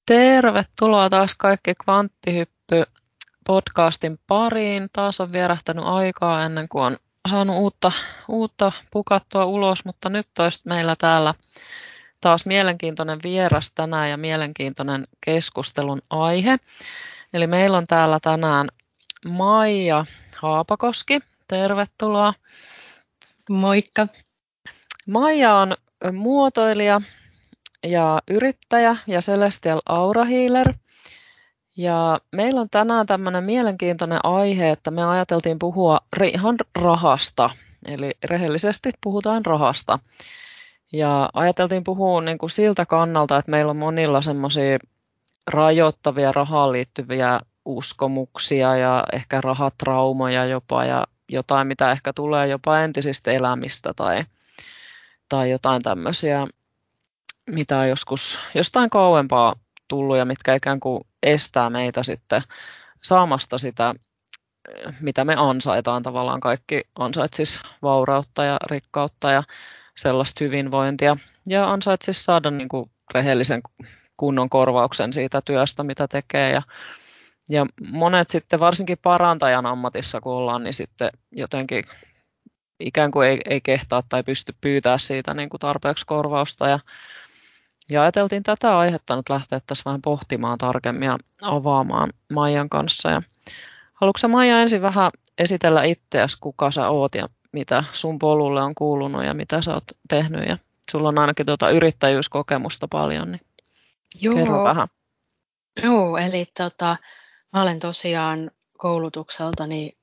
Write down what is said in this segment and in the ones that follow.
Tervetuloa taas kaikki Kvanttihyppy-podcastin pariin. Taas on vierähtänyt aikaa ennen kuin on saanut uutta pukattua ulos, mutta nyt olisi meillä täällä taas mielenkiintoinen vieras tänään ja mielenkiintoinen keskustelun aihe. Eli meillä on täällä tänään Maija Haapakoski. Tervetuloa. Moikka. Maija on muotoilija ja yrittäjä ja Celestial Aura Healer. Ja meillä on tänään tämmöinen mielenkiintoinen aihe, että me ajateltiin puhua ihan rahasta. Eli rehellisesti puhutaan rahasta. Ja ajateltiin puhua niin kuin siltä kannalta, että meillä on monilla semmoisia rajoittavia rahaan liittyviä uskomuksia ja ehkä rahatraumoja jopa ja jotain, mitä ehkä tulee jopa entisistä elämistä tai jotain tämmöisiä, mitä on joskus jostain kauempaa tullut ja mitkä ikään kuin estää meitä sitten saamasta sitä, mitä me ansaitaan. Tavallaan kaikki ansaitsis vaurautta ja rikkautta ja sellaista hyvinvointia ja ansaitsis saada niin kuin rehellisen kunnon korvauksen siitä työstä, mitä tekee. Ja monet sitten, varsinkin parantajan ammatissa kun ollaan, niin sitten jotenkin ikään kuin ei kehtaa tai pysty pyytää siitä niin kuin tarpeeksi korvausta. Ja ajateltiin tätä aihetta nyt lähteä tässä vähän pohtimaan tarkemmin ja avaamaan Maijan kanssa. Ja haluatko sä, Maija, ensin vähän esitellä itseäsi, kuka sä oot ja mitä sun polulle on kuulunut ja mitä sä oot tehnyt? Ja sulla on ainakin yrittäjyyskokemusta paljon, niin kerro vähän. Joo, eli mä olen tosiaan koulutukseltani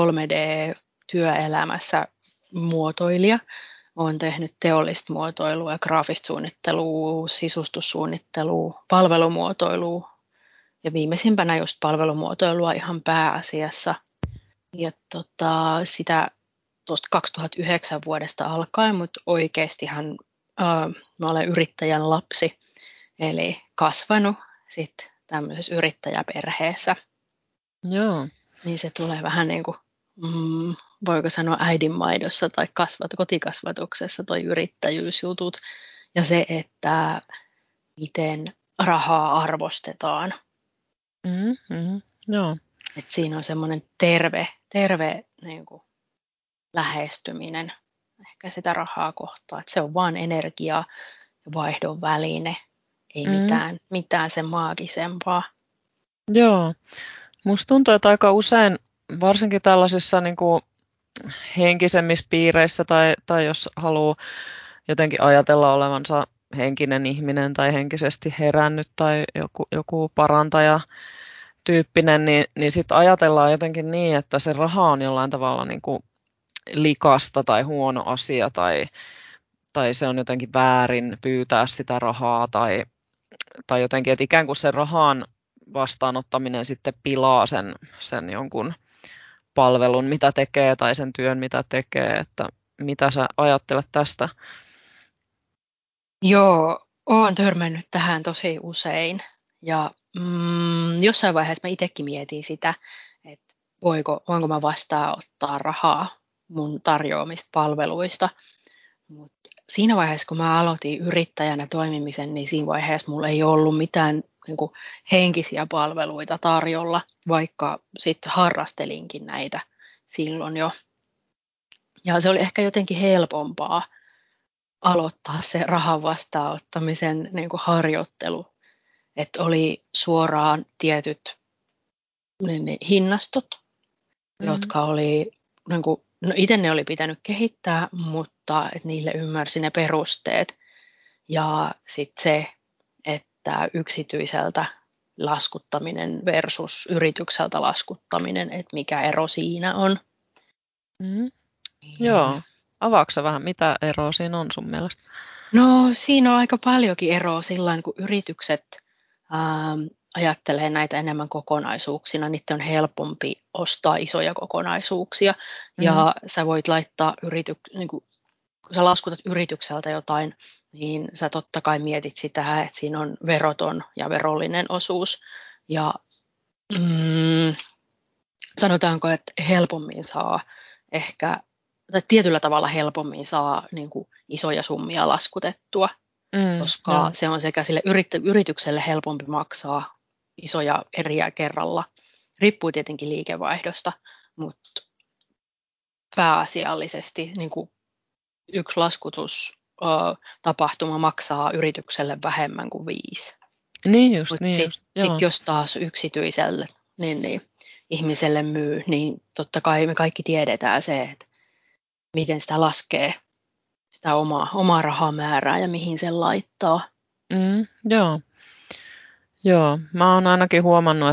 3D-työelämässä muotoilija. Olen tehnyt teollista muotoilua, graafista suunnittelua, sisustussuunnittelua, palvelumuotoilua ja viimeisimpänä just palvelumuotoilua ihan pääasiassa. Ja sitä tuosta 2009 vuodesta alkaen, mutta oikeastihan mä olen yrittäjän lapsi, eli kasvanut sitten tämmöisessä yrittäjäperheessä. Joo. Niin se tulee vähän niin kuin, voiko sanoa äidinmaidossa tai kotikasvatuksessa toi yrittäjyysjutut ja se, että miten rahaa arvostetaan. Joo. Et siinä on semmoinen terve niin kuin lähestyminen ehkä sitä rahaa kohtaan. Et se on vaan energia ja vaihdon väline, ei mitään sen maagisempaa. Joo. Musta tuntuu, että aika usein, varsinkin tällaisissa niin kuin henkisemmissä piireissä tai jos haluaa jotenkin ajatella olevansa henkinen ihminen tai henkisesti herännyt tai joku parantaja tyyppinen, niin sitten ajatellaan jotenkin niin, että se raha on jollain tavalla niin kuin likasta tai huono asia tai se on jotenkin väärin pyytää sitä rahaa tai jotenkin, että ikään kuin sen rahan vastaanottaminen sitten pilaa sen jonkun palvelun, mitä tekee tai sen työn, mitä tekee, että mitä sä ajattelet tästä? Joo, olen törmännyt tähän tosi usein ja jossain vaiheessa mä itsekin mietin sitä, että voinko mä vastaanottaa rahaa mun tarjoamista palveluista. Mut siinä vaiheessa, kun mä aloitin yrittäjänä toimimisen, niin siinä vaiheessa mulla ei ollut mitään niin kuin henkisiä palveluita tarjolla, vaikka sitten harrastelinkin näitä silloin jo. Ja se oli ehkä jotenkin helpompaa aloittaa se rahan vastaanottamisen niin kuin harjoittelu, että oli suoraan tietyt hinnastot, jotka oli, niin kuin, no itse ne oli pitänyt kehittää, mutta että niille ymmärsi ne perusteet. Ja sitten se, että yksityiseltä laskuttaminen versus yritykseltä laskuttaminen, että mikä ero siinä on. Joo. Avaatko sä vähän, mitä eroa siinä on sun mielestä? No siinä on aika paljonkin eroa sillain, kun yritykset ajattelee näitä enemmän kokonaisuuksina, niiden on helpompi ostaa isoja kokonaisuuksia. Ja sä voit laittaa niin kun sä laskutat yritykseltä jotain, niin sä totta kai mietit sitä, että siinä on veroton ja verollinen osuus. Ja sanotaanko, että helpommin saa ehkä, tai tietyllä tavalla helpommin saa niin kuin isoja summia laskutettua. koska se on sekä sille yritykselle helpompi maksaa isoja eriä kerralla. Riippuu tietenkin liikevaihdosta, mutta pääasiallisesti niin kuin yksi laskutustapahtuma maksaa yritykselle vähemmän kuin 5. Niin just. Sitten jos taas yksityiselle niin ihmiselle myy, niin totta kai me kaikki tiedetään se, että miten sitä laskee sitä omaa rahamäärää ja mihin sen laittaa. Joo, mä oon ainakin huomannut,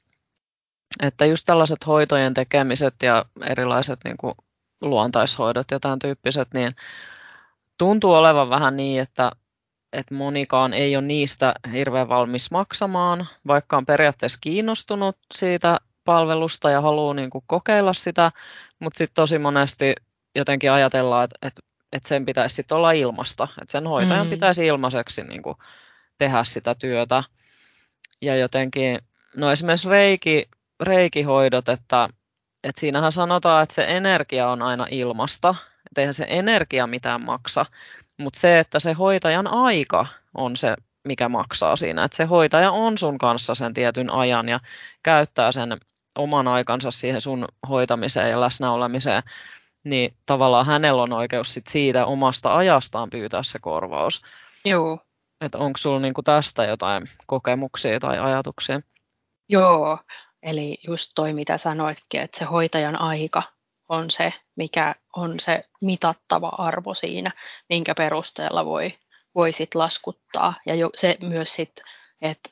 että just tällaiset hoitojen tekemiset ja erilaiset niin kuin luontaishoidot ja tämän tyyppiset, niin tuntuu olevan vähän niin, että monikaan ei ole niistä hirveän valmis maksamaan, vaikka on periaatteessa kiinnostunut siitä palvelusta ja haluaa niin kuin kokeilla sitä, mutta sitten tosi monesti jotenkin ajatellaan, että sen pitäisi sit olla ilmasta, että sen hoitajan pitäisi ilmaiseksi niin kuin tehdä sitä työtä. Ja jotenkin, no esimerkiksi reikihoidot, että siinähän sanotaan, että se energia on aina ilmasta, että eihän se energia mitään maksa, mutta se, että se hoitajan aika on se, mikä maksaa siinä, että se hoitaja on sun kanssa sen tietyn ajan ja käyttää sen oman aikansa siihen sun hoitamiseen ja läsnäolemiseen, niin tavallaan hänellä on oikeus sit siitä omasta ajastaan pyytää se korvaus. Joo. Että onko sulla niinku tästä jotain kokemuksia tai ajatuksia? Joo, eli just toi mitä sanoitkin, että se hoitajan aika on se, mikä on se mitattava arvo siinä, minkä perusteella voi sit laskuttaa. Ja se myös sitten, että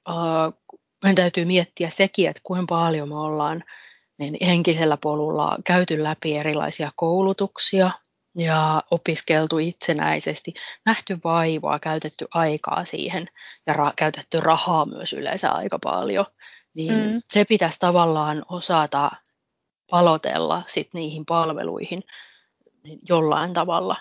meidän täytyy miettiä sekin, että kuinka paljon me ollaan niin henkisellä polulla käyty läpi erilaisia koulutuksia ja opiskeltu itsenäisesti, nähty vaivaa, käytetty aikaa siihen ja käytetty rahaa myös yleensä aika paljon, niin se pitäisi tavallaan osata palotella sit niihin palveluihin jollain tavalla.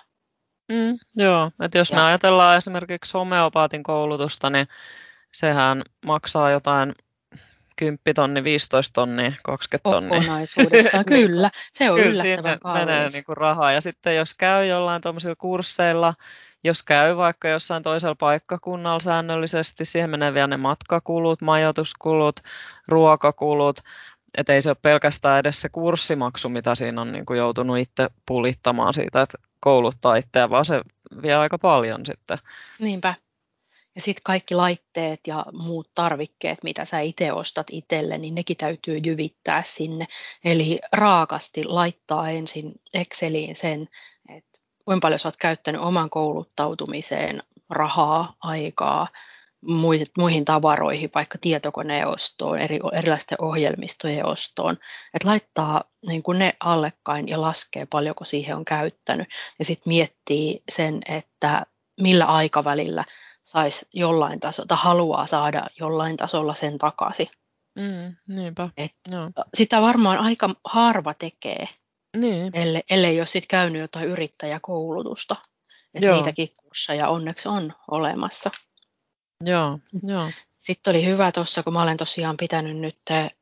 Joo, että jos me ajatellaan esimerkiksi homeopaatin koulutusta, niin sehän maksaa jotain 10 000, 15 000, 20 000. Kokonaisuudessaan, kyllä. Se on kyllä yllättävän kallis. Menee niin kuin rahaa. Ja sitten jos käy jollain tuollaisilla kursseilla, jos käy vaikka jossain toisella paikkakunnalla säännöllisesti, siihen menee vielä ne matkakulut, majoituskulut, ruokakulut. Että ei se ole pelkästään edes se kurssimaksu, mitä siinä on niin kuin joutunut itse pulittamaan siitä, että kouluttaa itseään, vaan se vie aika paljon sitten. Niinpä. Ja sitten kaikki laitteet ja muut tarvikkeet, mitä sä itse ostat itselle, niin nekin täytyy jyvittää sinne. Eli raakasti laittaa ensin Exceliin sen, että kuinka paljon sä oot käyttänyt oman kouluttautumiseen rahaa, aikaa, muihin tavaroihin, vaikka tietokoneen ostoon, erilaisten ohjelmistojen ostoon. Että laittaa niin kuin ne allekkain ja laskee paljonko siihen on käyttänyt. Ja sitten miettii sen, että millä aikavälillä saisi jollain tasolla, tai haluaa saada jollain tasolla sen takaisin. Niinpä. Sitä varmaan aika harva tekee, niin. ellei ole sitten käynyt jotain yrittäjäkoulutusta. Että niitäkin kursseja onneksi on olemassa. Joo. Sitten oli hyvä tuossa, kun mä olen tosiaan pitänyt nyt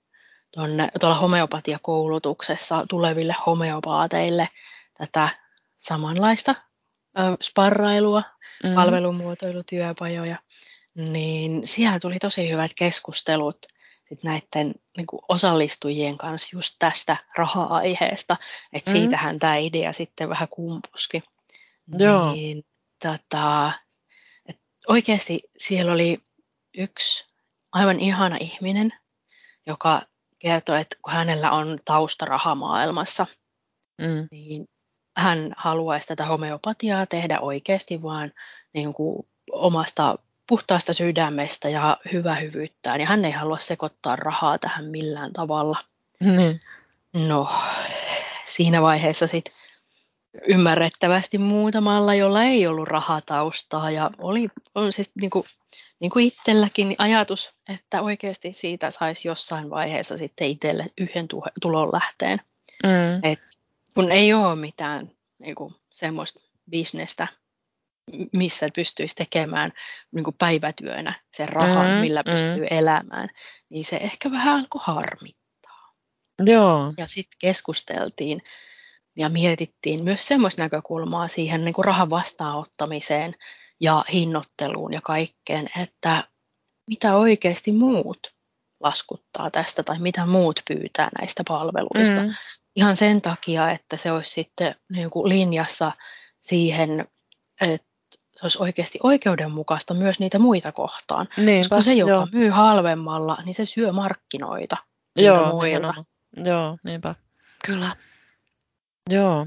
tuolla homeopatiakoulutuksessa tuleville homeopaateille tätä samanlaista sparrailua, palvelumuotoilutyöpajoja, niin siellä tuli tosi hyvät keskustelut sit näiden niin kuin osallistujien kanssa just tästä raha-aiheesta, että siitähän tämä idea sitten vähän kumpuski. Joo. Niin, oikeasti siellä oli yksi aivan ihana ihminen, joka kertoi, että kun hänellä on tausta rahamaailmassa, niin hän haluaisi tätä homeopatiaa tehdä oikeasti vaan niin kuin omasta puhtaasta sydämestä ja hyvähyvyyttään. Ja hän ei halua sekoittaa rahaa tähän millään tavalla. No, siinä vaiheessa sitten ymmärrettävästi muutamalla, jolla ei ollut rahataustaa ja on siis niin kuin itselläkin ajatus, että oikeasti siitä saisi jossain vaiheessa sitten itselle yhden tulon lähteen. Et kun ei ole mitään niin kuin semmoista bisnestä, missä pystyisi tekemään niin kuin päivätyönä sen rahan, millä pystyy elämään, niin se ehkä vähän alkoi harmittaa. Joo. Ja sitten keskusteltiin ja mietittiin myös semmoista näkökulmaa siihen niin kuin rahan vastaanottamiseen ja hinnoitteluun ja kaikkeen, että mitä oikeasti muut laskuttaa tästä tai mitä muut pyytää näistä palveluista. Ihan sen takia, että se olisi sitten niin kuin linjassa siihen, että se olisi oikeasti oikeudenmukaista myös niitä muita kohtaan. Niinpä, koska se, joka joo. myy halvemmalla, niin se syö markkinoita niiltä Joo, muilta. nimenomaan. Joo, niinpä. Kyllä. Joo.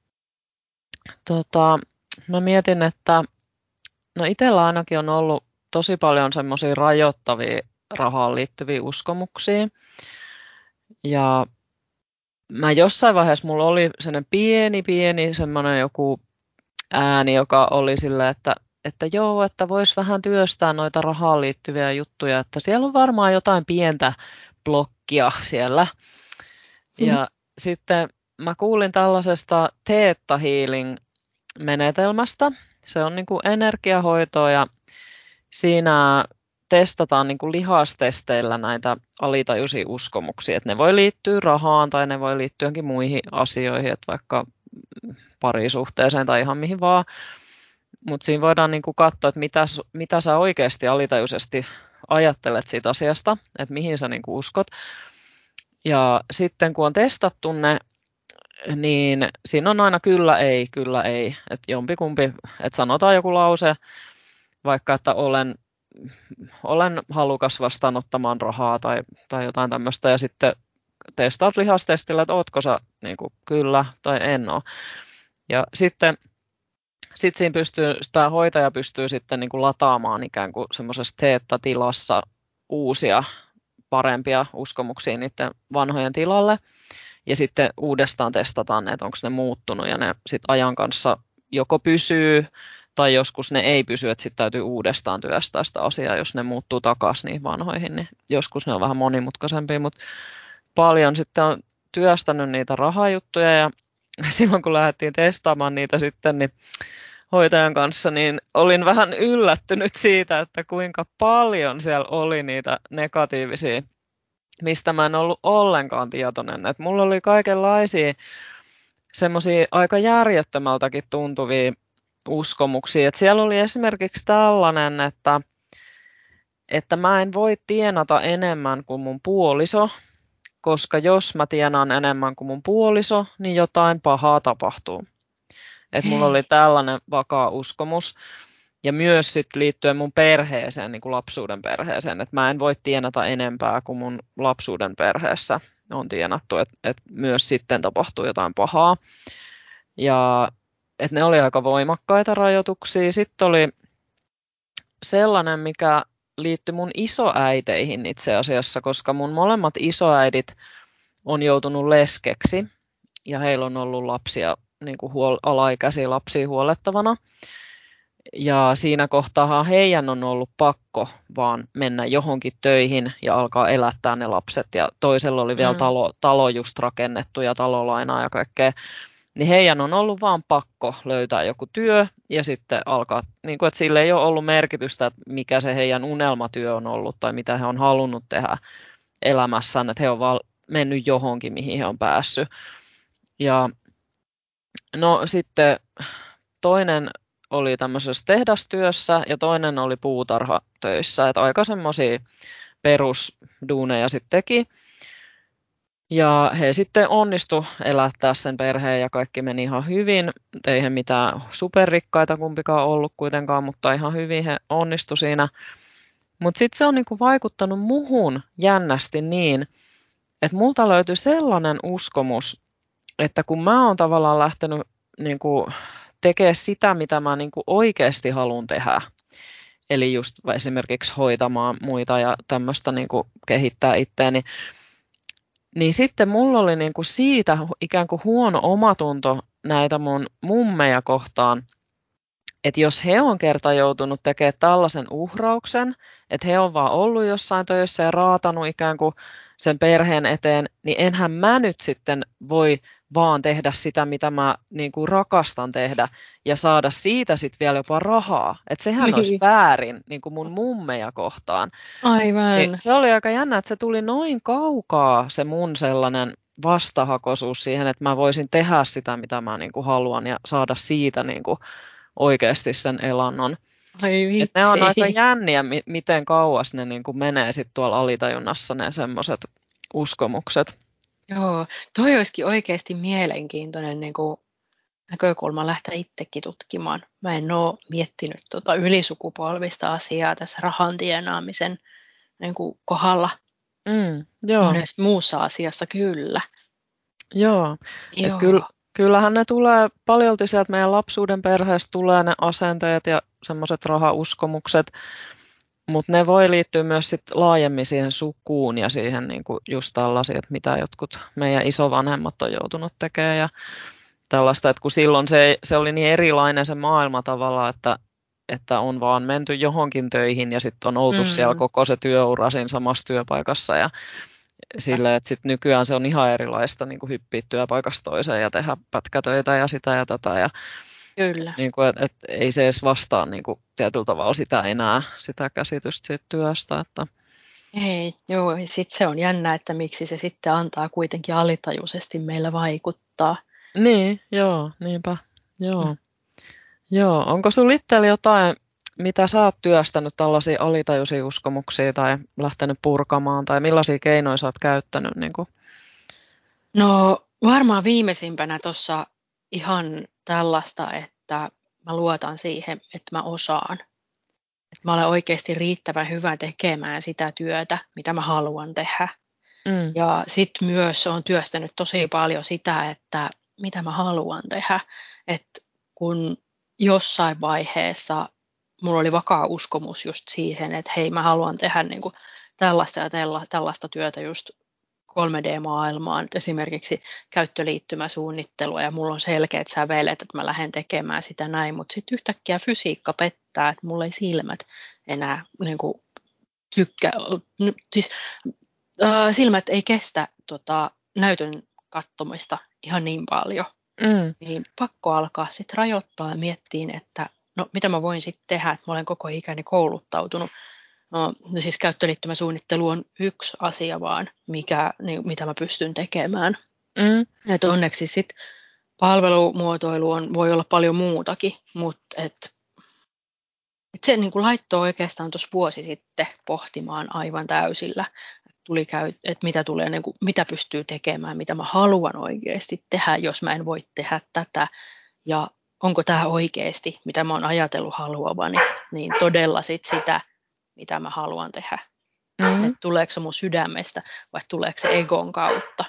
Mä mietin, että no itsellä ainakin on ollut tosi paljon semmoisia rajoittavia rahaan liittyviä uskomuksia. Ja mä jossain vaiheessa mulla oli sellainen pieni semmoinen joku ääni, joka oli silleen, että joo, että vois vähän työstää noita rahaan liittyviä juttuja, että siellä on varmaan jotain pientä blokkia siellä. Ja sitten mä kuulin tällaisesta Theta Healing-menetelmästä. Se on niin kuin energiahoitoa ja siinä testataan niin kuin lihastesteillä näitä alitajuisia uskomuksia. Että ne voi liittyä rahaan tai ne voi liittyä johonkin muihin asioihin, että vaikka parisuhteeseen tai ihan mihin vaan. Mutta siinä voidaan niin kuin katsoa, että mitä sä oikeasti alitajuisesti ajattelet siitä asiasta, että mihin sä niin kuin uskot. Ja sitten kun on testattu ne, niin siinä on aina kyllä ei, että jompikumpi, että sanotaan joku lause, vaikka että olen halukas vastaanottamaan rahaa tai jotain tämmöistä, ja sitten testaat lihastestillä, että ootko sä niin kuin, kyllä tai en ole. Ja sitten siinä tämä hoitaja pystyy sitten niin kuin lataamaan ikään kuin semmoisessa teetta-tilassa uusia parempia uskomuksia niiden vanhojen tilalle. Ja sitten uudestaan testataan ne, että onko ne muuttunut ja ne sitten ajan kanssa joko pysyy tai joskus ne ei pysy, että sitten täytyy uudestaan työstää sitä asiaa, jos ne muuttuu takaisin niihin vanhoihin, niin joskus ne on vähän monimutkaisempia, mutta paljon sitten on työstänyt niitä rahajuttuja ja silloin kun lähdettiin testaamaan niitä sitten, niin hoitajan kanssa, niin olin vähän yllättynyt siitä, että kuinka paljon siellä oli niitä negatiivisia, mistä mä en ollut ollenkaan tietoinen. Että mulla oli kaikenlaisia semmoisia aika järjettömältäkin tuntuvia uskomuksia. Että siellä oli esimerkiksi tällainen, että mä en voi tienata enemmän kuin mun puoliso, koska jos mä tienaan enemmän kuin mun puoliso, niin jotain pahaa tapahtuu. Että mulla oli tällainen vakaa uskomus. Ja myös sit liittyen mun perheeseen, niin kuin lapsuuden perheeseen, että mä en voi tienata enempää kuin mun lapsuuden perheessä on tienattu, että myös sitten tapahtuu jotain pahaa. Ja että ne oli aika voimakkaita rajoituksia. Sitten oli sellainen, mikä liittyi mun isoäiteihin itse asiassa, koska mun molemmat isoäidit on joutunut leskeksi ja heillä on ollut lapsia, niin kuin alaikäisiä lapsia huolettavana. Ja siinä kohtaahan heidän on ollut pakko vaan mennä johonkin töihin ja alkaa elättää ne lapset. Ja toisella oli vielä talo just rakennettu ja talolainaa ja kaikkea. Niin heidän on ollut vaan pakko löytää joku työ ja sitten alkaa, niin kuin, että sille ei ole ollut merkitystä, että mikä se heidän unelmatyö on ollut tai mitä he on halunnut tehdä elämässään. Että he on vaan mennyt johonkin, mihin he on päässyt. Ja no sitten toinen oli tämmöisessä tehdastyössä ja toinen oli puutarhatöissä, että aika semmoisia perusduuneja sitten teki. Ja he sitten onnistu elättää sen perheen ja kaikki meni ihan hyvin. Ei he mitään superrikkaita kumpikaan ollut kuitenkaan, mutta ihan hyvin he onnistu siinä. Mutta sitten se on niinku vaikuttanut muhun jännästi niin, että multa löytyi sellainen uskomus, että kun mä oon tavallaan lähtenyt niinku tekee sitä, mitä mä niin kuin oikeasti haluan tehdä. Eli just esimerkiksi hoitamaan muita ja tämmöistä niin kuin kehittää itseäni. Niin sitten mulla oli niin kuin siitä ikään kuin huono omatunto näitä mun mummeja kohtaan, että jos he on kerta joutunut tekemään tällaisen uhrauksen, että he on vaan ollut jossain töissä ja raatanut ikään kuin sen perheen eteen, niin enhän mä nyt sitten voi vaan tehdä sitä, mitä mä niin kuin rakastan tehdä ja saada siitä sitten vielä jopa rahaa. Että sehän olisi väärin niin kuin mun mummeja kohtaan. Aivan. Niin se oli aika jännä, että se tuli noin kaukaa se mun sellainen vastahakoisuus siihen, että mä voisin tehdä sitä, mitä mä niin kuin haluan ja saada siitä niin kuin oikeasti sen elannon. Ai Et ne on aika vitsi. jänniä, miten kauas ne niin kuin menee sit tuolla alitajunnassa ne semmoiset uskomukset. Joo, toi olisikin oikeasti mielenkiintoinen niin kuin näkökulma lähteä itsekin tutkimaan. Mä en ole miettinyt ylisukupolvista asiaa tässä rahan tienaamisen niin kuin kohdalla. Joo, Monessa muussa asiassa kyllä. joo. Et Joo. kyllähän ne tulee paljolti sieltä meidän lapsuuden perheestä tulee ne asenteet ja semmoiset rahauskomukset, mutta ne voi liittyä myös sit laajemmin siihen sukuun ja siihen niinku just tällaisia, että mitä jotkut meidän isovanhemmat on joutunut tekemään ja tällaista, että kun silloin se oli niin erilainen se maailma tavallaan, että on vaan menty johonkin töihin ja sitten on oltu siellä Mm, koko se työura siinä samassa työpaikassa ja sillä, että sitten nykyään se on ihan erilaista niin kuin hyppiä työpaikasta toiseen ja tehdä pätkätöitä ja sitä ja tätä ja kyllä. niin kuin, et ei se edes vastaa niin kuin tietyllä tavalla sitä enää, sitä käsitystä siitä työstä, että Ei, joo, sitten se on jännä, että miksi se sitten antaa kuitenkin alitajuisesti meillä vaikuttaa. niin, joo, niinpä, Mm. joo. Joo, onko sinulla itsellä jotain, mitä sä oot työstänyt tällaisia alitajuisia uskomuksia tai lähtenyt purkamaan, tai millaisia keinoja sä oot käyttänyt? Niin kuin? No varmaan viimeisimpänä tuossa ihan tällaista, että mä luotan siihen, että mä osaan. Että mä olen oikeasti riittävän hyvä tekemään sitä työtä, mitä mä haluan tehdä. Mm, Ja sitten myös olen työstänyt tosi paljon sitä, että mitä mä haluan tehdä. Että kun jossain vaiheessa mulla oli vakaa uskomus just siihen, että hei mä haluan tehdä niin kuin tällaista ja tällaista työtä just 3D-maailmaan, esimerkiksi käyttöliittymäsuunnittelua ja mulla on selkeät sävelet, että mä lähden tekemään sitä näin, mutta sitten yhtäkkiä fysiikka pettää, että mulla ei silmät enää niin kuin tykkää, siis silmät ei kestä näytön katsomista ihan niin paljon, mm, niin pakko alkaa sitten rajoittaa ja miettiä, että no mitä mä voin sitten tehdä, että mä olen koko ikäni kouluttautunut. No siis käyttöliittymäsuunnittelu on yksi asia vaan, mitä mä pystyn tekemään. mm, Et onneksi sitten palvelumuotoilu voi olla paljon muutakin, mutta se niin kuin laittoi oikeastaan tuossa vuosi sitten pohtimaan aivan täysillä, että mitä tulee, niin kuin, mitä pystyy tekemään, mitä mä haluan oikeasti tehdä, jos mä en voi tehdä tätä, ja onko tämä oikeasti, mitä mä oon ajatellut haluavani, niin todella sitä, mitä mä haluan tehdä. mm. Että tuleeko se mun sydämestä vai tuleeko se egon kautta.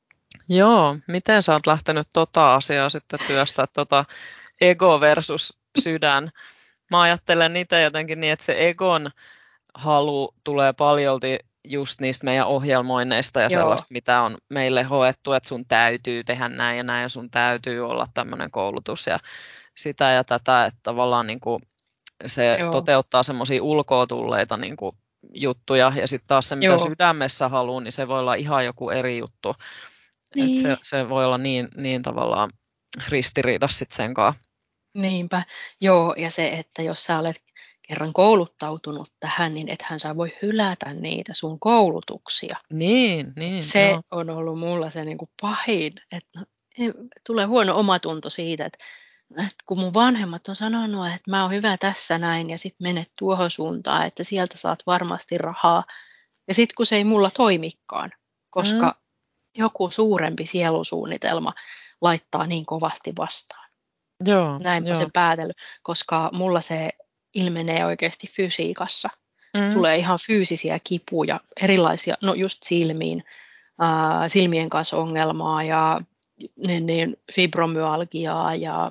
Joo, miten sä oot lähtenyt tota asiaa sitten työstää, tota ego versus sydän? Mä ajattelen niitä jotenkin niin, että se egon halu tulee paljolti just niistä meidän ohjelmoinneista ja Joo, sellaista, mitä on meille hoettu, että sun täytyy tehdä näin ja näin ja sun täytyy olla tämmöinen koulutus ja sitä ja tätä, että tavallaan niin kuin se joo, toteuttaa semmoisia ulkoa tulleita niin kuin juttuja ja sitten taas se, mitä joo. sydämessä haluaa, niin se voi olla ihan joku eri juttu. Että Niin, se voi olla niin tavallaan ristiriidassa sitten sen kanssa. niinpä. Joo, ja se, että jos sä olet kerran kouluttautunut tähän, niin ethän sä voi hylätä niitä sun koulutuksia. Niin, Se joo. on ollut mulla se niin kuin pahin, että tulee huono omatunto siitä, että kun mun vanhemmat on sanonut, että mä oon hyvä tässä näin ja sitten menet tuohon suuntaan, että sieltä saat varmasti rahaa. Ja sitten kun se ei mulla toimikaan, Mm, koska joku suurempi sielusuunnitelma laittaa niin kovasti vastaan. joo, Näin mä joo. sen päätellyt, koska mulla se ilmenee oikeasti fysiikassa. Mm, Tulee ihan fyysisiä kipuja, erilaisia, no just silmiin, silmien kanssa ongelmaa ja niin fibromyalgiaa ja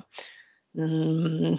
mm,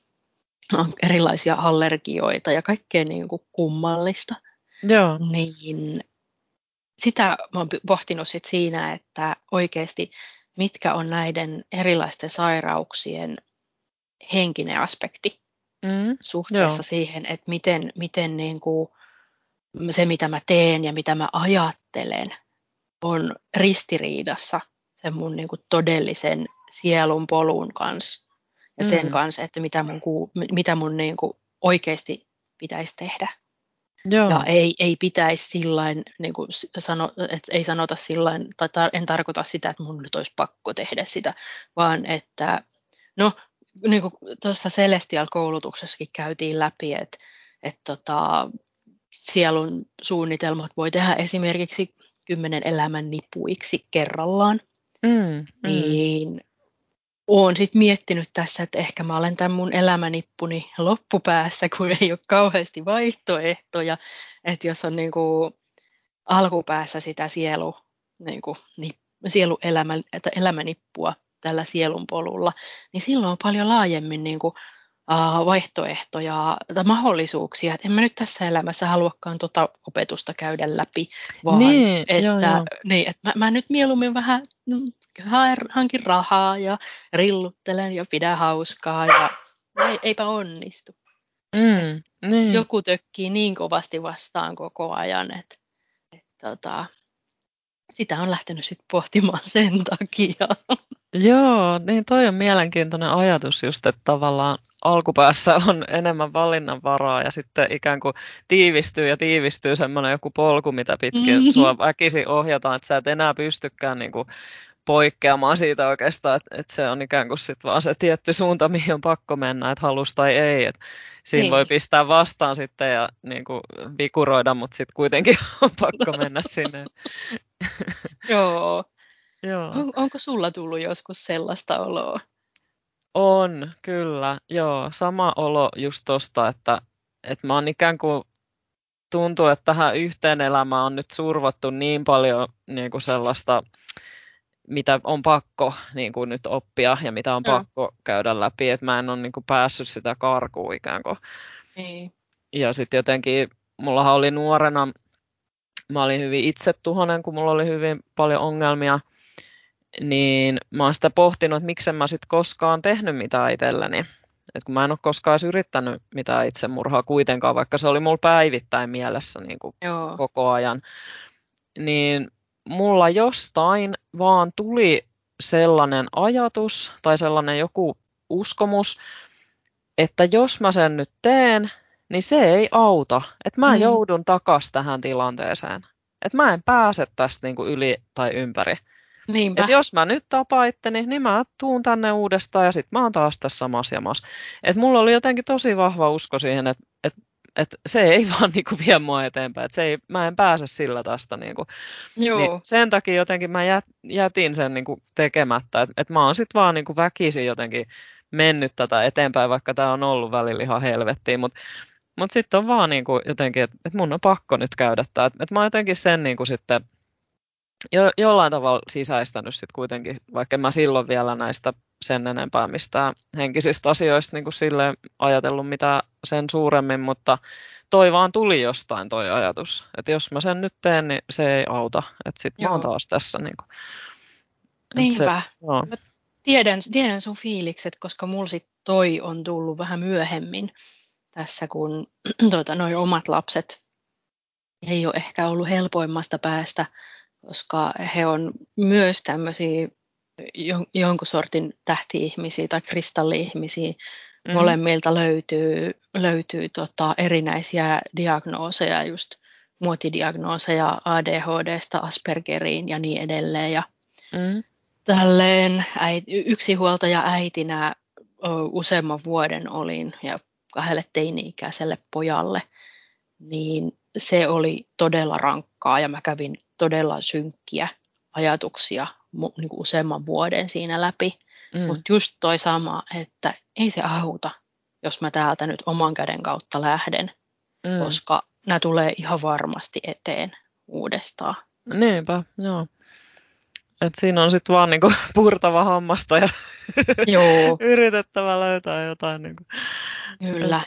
erilaisia allergioita ja kaikkea niin kuin kummallista. joo. Niin sitä mä oon pohtinut sit siinä, että oikeasti mitkä on näiden erilaisten sairauksien henkinen aspekti Mm, joo. suhteessa siihen, että miten niin kuin se, mitä mä teen ja mitä mä ajattelen, on ristiriidassa sen mun niin kuin todellisen sielun polun kanssa ja sen Mm, kanssa, että mitä mun niin kuin oikeasti pitäisi tehdä. Ja joo. ei pitäisi sillain, niin kuin että ei sanota sillain, tai en tarkoita sitä, että mun nyt olisi pakko tehdä sitä, vaan että no niin kuin tuossa Celestial-koulutuksessakin käytiin läpi, että sielun suunnitelmat voi tehdä esimerkiksi 10 elämän nipuiksi kerrallaan. Niin olen sitten miettinyt tässä, että ehkä mä olen tämän mun elämänippuni loppupäässä, kun ei ole kauheasti vaihtoehtoja. Että jos on niin kuin alkupäässä sitä elämänippua tällä sielun polulla, niin silloin on paljon laajemmin niin kuin, vaihtoehtoja tai mahdollisuuksia. Et en mä nyt tässä elämässä haluakaan tuota opetusta käydä läpi, vaan Niin, joo. Niin, että mä nyt mieluummin vähän hankin rahaa ja rilluttelen ja pidän hauskaa ja eipä onnistu. Niin. Joku tökkii niin kovasti vastaan koko ajan, että sitä on lähtenyt sitten pohtimaan sen takia. Joo, niin toi on mielenkiintoinen ajatus just, että tavallaan alkupäässä on enemmän valinnanvaraa ja sitten ikään kuin tiivistyy semmoinen joku polku, mitä pitkin sua väkisin ohjataan, että sä et enää pystykään niin kuin poikkeamaan siitä oikeastaan, että se on ikään kuin sit vaan se tietty suunta, mihin on pakko mennä, että halus tai ei. Että siinä voi pistää vastaan sitten ja niin kuin vikuroida, mutta sitten kuitenkin on pakko mennä sinne. Joo. Joo. Onko sulla tullut joskus sellaista oloa? On, kyllä. Joo, sama olo just tosta, että mä oon ikään kuin tuntuu, että tähän yhteen elämään on nyt survottu niin paljon niin kuin sellaista, mitä on pakko niin kuin nyt oppia ja mitä on pakko käydä läpi, että mä en ole niin kuin päässyt sitä karkuun ikään kuin. Ei. Ja sitten jotenkin, mullahan oli nuorena, mä olin hyvin itsetuhoinen, kun mulla oli hyvin paljon ongelmia, niin mä oon sitä pohtinut, että miksen mä sitten koskaan tehnyt mitään itselleni. Et kun mä en ole koskaan edes yrittänyt mitään itsemurhaa kuitenkaan, vaikka se oli mulla päivittäin mielessä niin kuin koko ajan, niin mulla jostain vaan tuli sellainen ajatus tai sellainen joku uskomus, että jos mä sen nyt teen, niin se ei auta. Että mä joudun takaisin tähän tilanteeseen. Että mä en pääse tästä niin kuin yli tai ympäri. Että jos mä nyt tapaan itteni, niin mä tuun tänne uudestaan ja sitten mä oon taas tässä samassa jamassa. Että mulla oli jotenkin tosi vahva usko siihen, että se ei vaan niinku vie mua eteenpäin. Että mä en pääse sillä tästä. Niinku. Niin sen takia jotenkin mä jätin sen niinku tekemättä. Että mä oon sitten vaan niinku väkisin jotenkin mennyt tätä eteenpäin, vaikka tää on ollut välillä ihan helvettiin. Mutta sitten on vaan niinku jotenkin, että mun on pakko nyt käydä tää. Että mä oon jotenkin sen niinku sitten jollain tavalla sisäistänyt sitten kuitenkin, vaikka en mä silloin vielä näistä sen enempää mistään henkisistä asioista niin kuin silleen ajatellut mitään sen suuremmin, mutta toi vaan tuli jostain toi ajatus, että jos mä sen nyt teen, niin se ei auta, että sit mä oon taas tässä. Niin kuin. Niinpä. Mä tiedän sun fiilikset, koska mulla sit toi on tullut vähän myöhemmin tässä, kun noi omat lapset ei ole ehkä ollut helpoimmasta päästä, koska he on myös tämmöisiä jonkun sortin tähti-ihmisiä tai kristalli-ihmisiä. Molemmilta löytyy erinäisiä diagnooseja, just muotidiagnooseja ADHDsta Aspergeriin ja niin edelleen. Ja tälleen yksinhuoltaja äitinä useamman vuoden olin ja 2 teini-ikäiselle pojalle, niin se oli todella rankkaa ja mä kävin todella synkkiä ajatuksia niin kuin useamman vuoden siinä läpi. Mutta just toi sama, että ei se auta, jos mä täältä nyt oman käden kautta lähden, koska nämä tulee ihan varmasti eteen uudestaan. Niinpä, joo. Et siinä on sitten vaan niinku purtava hammasta ja yritettävä löytää jotain. Niinku. Kyllä,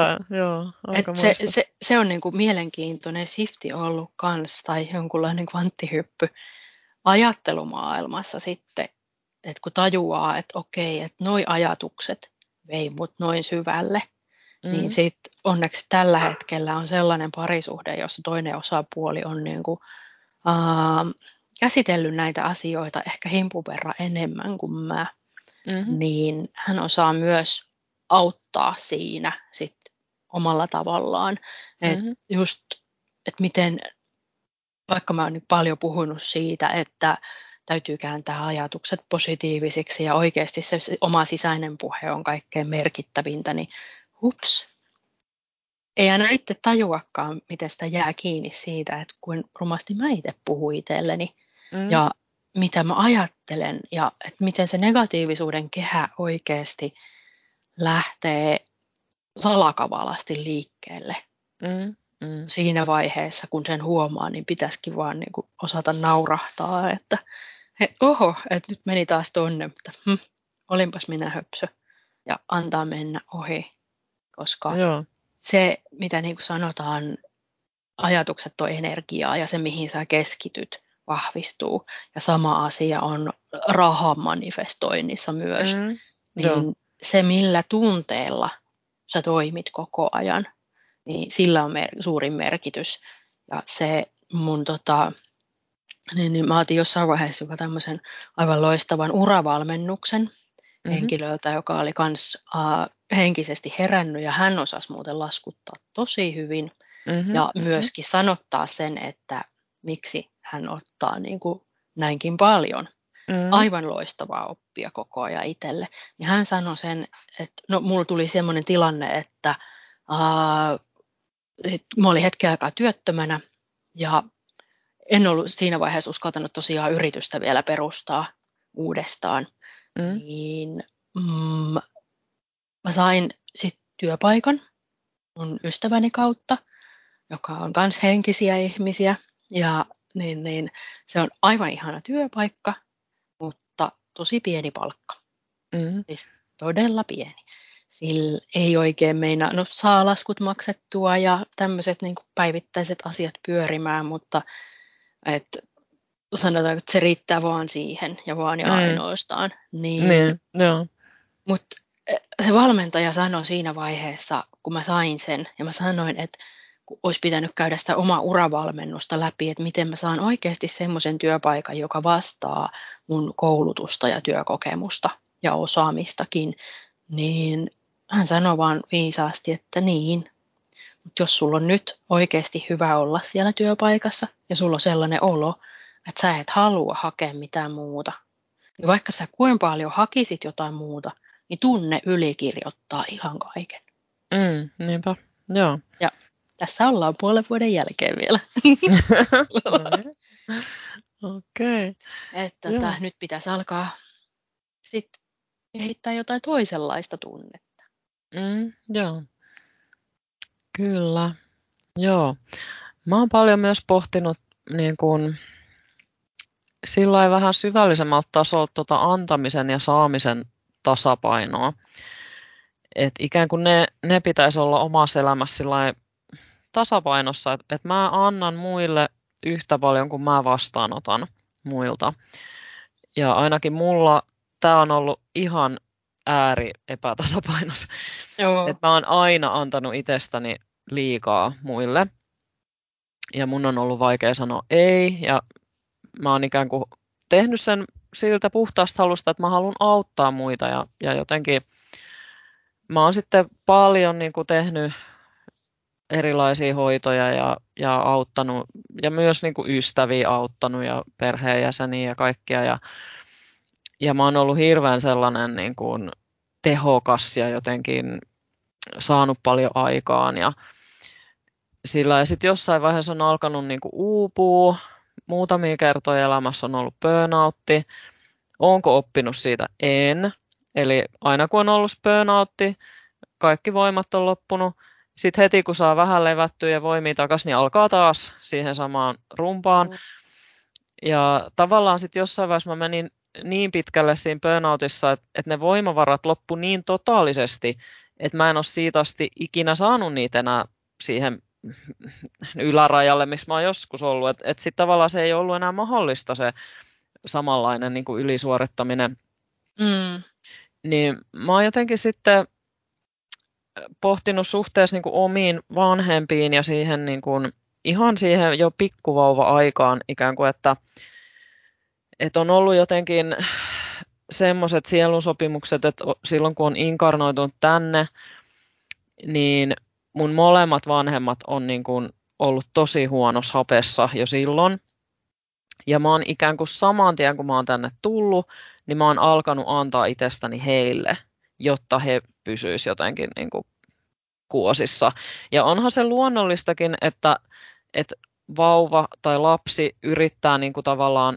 se on niinku mielenkiintoinen shifti ollut kans, tai jonkunlainen kvanttihyppy ajattelumaailmassa sitten, että kun tajuaa, että okei, että noi ajatukset vei mut noin syvälle, niin sitten onneksi tällä hetkellä on sellainen parisuhde, jossa toinen osapuoli on niinku, käsitellyt näitä asioita ehkä himpun verran enemmän kuin mä, niin hän osaa myös auttaa siinä sit omalla tavallaan. Että just, että miten, vaikka mä oon nyt paljon puhunut siitä, että täytyy kääntää ajatukset positiivisiksi ja oikeasti se oma sisäinen puhe on kaikkein merkittävintä, niin hups, ei aina itse tajuakaan, miten sitä jää kiinni siitä, että kuin rumasti mä itse puhun itselleni ja mitä mä ajattelen ja että miten se negatiivisuuden kehä oikeasti lähtee salakavalasti liikkeelle. Siinä vaiheessa, kun sen huomaa, niin pitäisikin vaan niin kuin osata naurahtaa, että että nyt meni taas tonne, mutta olinpas minä höpsö ja antaa mennä ohi, koska se, mitä niin kuin sanotaan, ajatukset on energiaa ja se, mihin sä keskityt, vahvistuu. Ja sama asia on rahan manifestoinnissa myös. Niin se, millä tunteella sä toimit koko ajan, niin sillä on suurin merkitys. Ja se mun niin mä otin jossain vaiheessa jopa tämmöisen aivan loistavan uravalmennuksen henkilöltä, joka oli kans henkisesti herännyt ja hän osasi muuten laskuttaa tosi hyvin ja myöskin sanottaa sen, että miksi hän ottaa niin kuin näinkin paljon. Aivan loistavaa oppia koko ajan itselle. Ja hän sanoi sen, että mulla tuli semmoinen tilanne, että mä olin hetken aikaa työttömänä ja en ollut siinä vaiheessa uskaltanut tosiaan yritystä vielä perustaa uudestaan. Niin mä sain sitten työpaikan mun ystäväni kautta, joka on myös henkisiä ihmisiä. Ja niin, se on aivan ihana työpaikka, mutta tosi pieni palkka. Siis todella pieni. Sillä ei oikein meinaa, saa laskut maksettua ja tämmöiset niin kuin päivittäiset asiat pyörimään, mutta sanotaan, että se riittää vaan siihen ja vaan ja ainoastaan. Mutta se valmentaja sanoi siinä vaiheessa, kun mä sain sen, ja mä sanoin, että olisi pitänyt käydä sitä omaa uravalmennusta läpi, että miten mä saan oikeasti semmoisen työpaikan, joka vastaa mun koulutusta ja työkokemusta ja osaamistakin, niin hän sanoi vaan viisaasti, että niin, mutta jos sulla on nyt oikeasti hyvä olla siellä työpaikassa ja sulla on sellainen olo, että sä et halua hakea mitään muuta, niin vaikka sä kuinka paljon hakisit jotain muuta, niin tunne ylikirjoittaa ihan kaiken. Niinpä, joo. Ja tässä ollaan puolen vuoden jälkeen vielä. Okei. Että nyt pitäisi alkaa sitten kehittää jotain toisenlaista tunnetta. Joo. Kyllä. Joo. Mä oon paljon myös pohtinut niin kun, sillain vähän syvällisemmältä tasolta antamisen ja saamisen tasapainoa. Et ikään kuin ne pitäisi olla omassa elämässä sillain tasapainossa, että mä annan muille yhtä paljon kuin mä vastaanotan muilta. Ja ainakin mulla tämä on ollut ihan ääri epätasapainossa. Että mä oon aina antanut itsestäni liikaa muille. Ja mun on ollut vaikea sanoa ei. Ja mä oon ikään kuin tehnyt sen siltä puhtaasta halusta, että mä haluan auttaa muita. Ja jotenkin mä oon sitten paljon niin kuin tehnyt erilaisia hoitoja ja auttanut. Ja myös niin kuin ystäviä auttanut ja perheenjäseniä ja kaikkia. Ja mä oon ollut hirveän sellainen niin kuin tehokas ja jotenkin saanut paljon aikaan. Ja sitten jossain vaiheessa on alkanut niin kuin uupua. Muutamia kertoja elämässä on ollut burnoutti. Onko oppinut siitä? En. Eli aina kun on ollut burnoutti, kaikki voimat on loppunut. Sitten heti kun saa vähän levättyä ja voimia takaisin, niin alkaa taas siihen samaan rumpaan. Ja tavallaan sitten jossain vaiheessa mä menin niin pitkälle siinä burnoutissa, että ne voimavarat loppu niin totaalisesti, että mä en ole siitä asti ikinä saanut niitä enää siihen ylärajalle, missä mä oon joskus ollut. Että sitten tavallaan se ei ollut enää mahdollista se samanlainen niin kuin ylisuorittaminen. Niin mä oon jotenkin sitten pohtinut suhteessa niin kuin omiin vanhempiin ja siihen niin kuin, ihan siihen jo pikkuvauva-aikaan ikään kuin, että on ollut jotenkin semmoiset sielun-sopimukset, että silloin kun on inkarnoitunut tänne, niin mun molemmat vanhemmat on niin kuin ollut tosi huonossa hapessa jo silloin. Ja mä oon ikään kuin saman tien, kun mä oon tänne tullut, niin mä oon alkanut antaa itsestäni heille, jotta he pysyisivät jotenkin niin kuin kuosissa. Ja onhan se luonnollistakin, että vauva tai lapsi yrittää niin kuin tavallaan,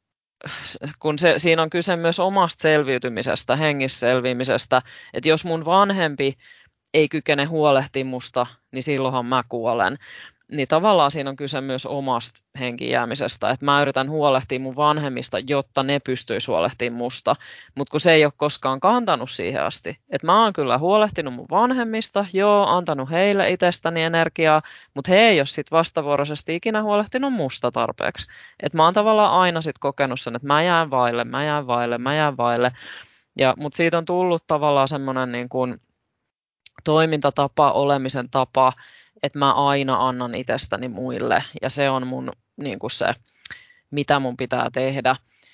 kun siinä on kyse myös omasta selviytymisestä, hengissä selviämisestä, että jos mun vanhempi ei kykene huolehtimaan musta, niin silloinhan mä kuolen. Niin tavallaan siinä on kyse myös omasta henkijäämisestä, että mä yritän huolehtia mun vanhemmista, jotta ne pystyis huolehtimaan musta, mutta kun se ei ole koskaan kantanut siihen asti. Että mä oon kyllä huolehtinut mun vanhemmista, joo, antanut heille itsestäni energiaa, mutta he ei ole sit vastavuoroisesti ikinä huolehtinut musta tarpeeksi. Että mä oon tavallaan aina sit kokenut sen, että mä jään vaille, mä jään vaille, mä jään vaille. Mutta siitä on tullut tavallaan semmoinen niin kuin toimintatapa, olemisen tapa, että mä aina annan itsestäni muille ja se on mun niin kuin se, mitä mun pitää tehdä.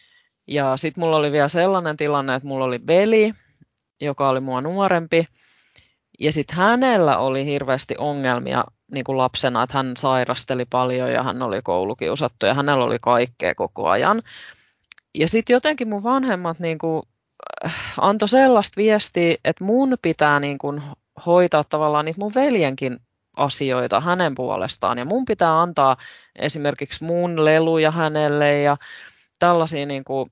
Ja sitten mulla oli vielä sellainen tilanne, että mulla oli veli, joka oli mua nuorempi ja sitten hänellä oli hirveästi ongelmia niin kuin lapsena, että hän sairasteli paljon ja hän oli koulukiusattu ja hänellä oli kaikkea koko ajan. Ja sitten jotenkin mun vanhemmat niin kuin antoi sellaista viestiä, että mun pitää niin kuin hoitaa tavallaan niitä mun veljenkin asioita hänen puolestaan. Ja mun pitää antaa esimerkiksi mun leluja hänelle ja tällaisia, niin kuin,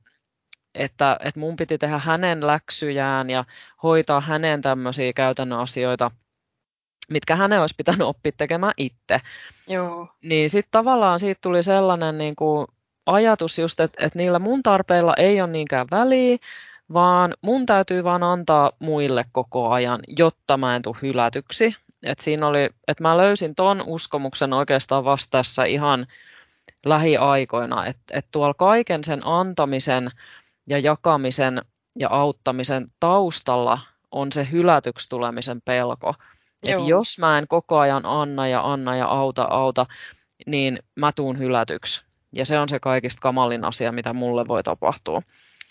että mun piti tehdä hänen läksyjään ja hoitaa hänen tämmöisiä käytännön asioita, mitkä hänen olisi pitänyt oppia tekemään itse. Joo. Niin sitten tavallaan siitä tuli sellainen niin kuin ajatus just, että niillä mun tarpeilla ei ole niinkään väliä, vaan mun täytyy vaan antaa muille koko ajan, jotta mä en tule hylätyksi. Että mä löysin ton uskomuksen oikeastaan vasta tässä ihan lähiaikoina, että tuolla kaiken sen antamisen ja jakamisen ja auttamisen taustalla on se hylätyksi tulemisen pelko. Että jos mä en koko ajan anna ja auta, niin mä tuun hylätyksi. Ja se on se kaikista kamalin asia, mitä mulle voi tapahtua.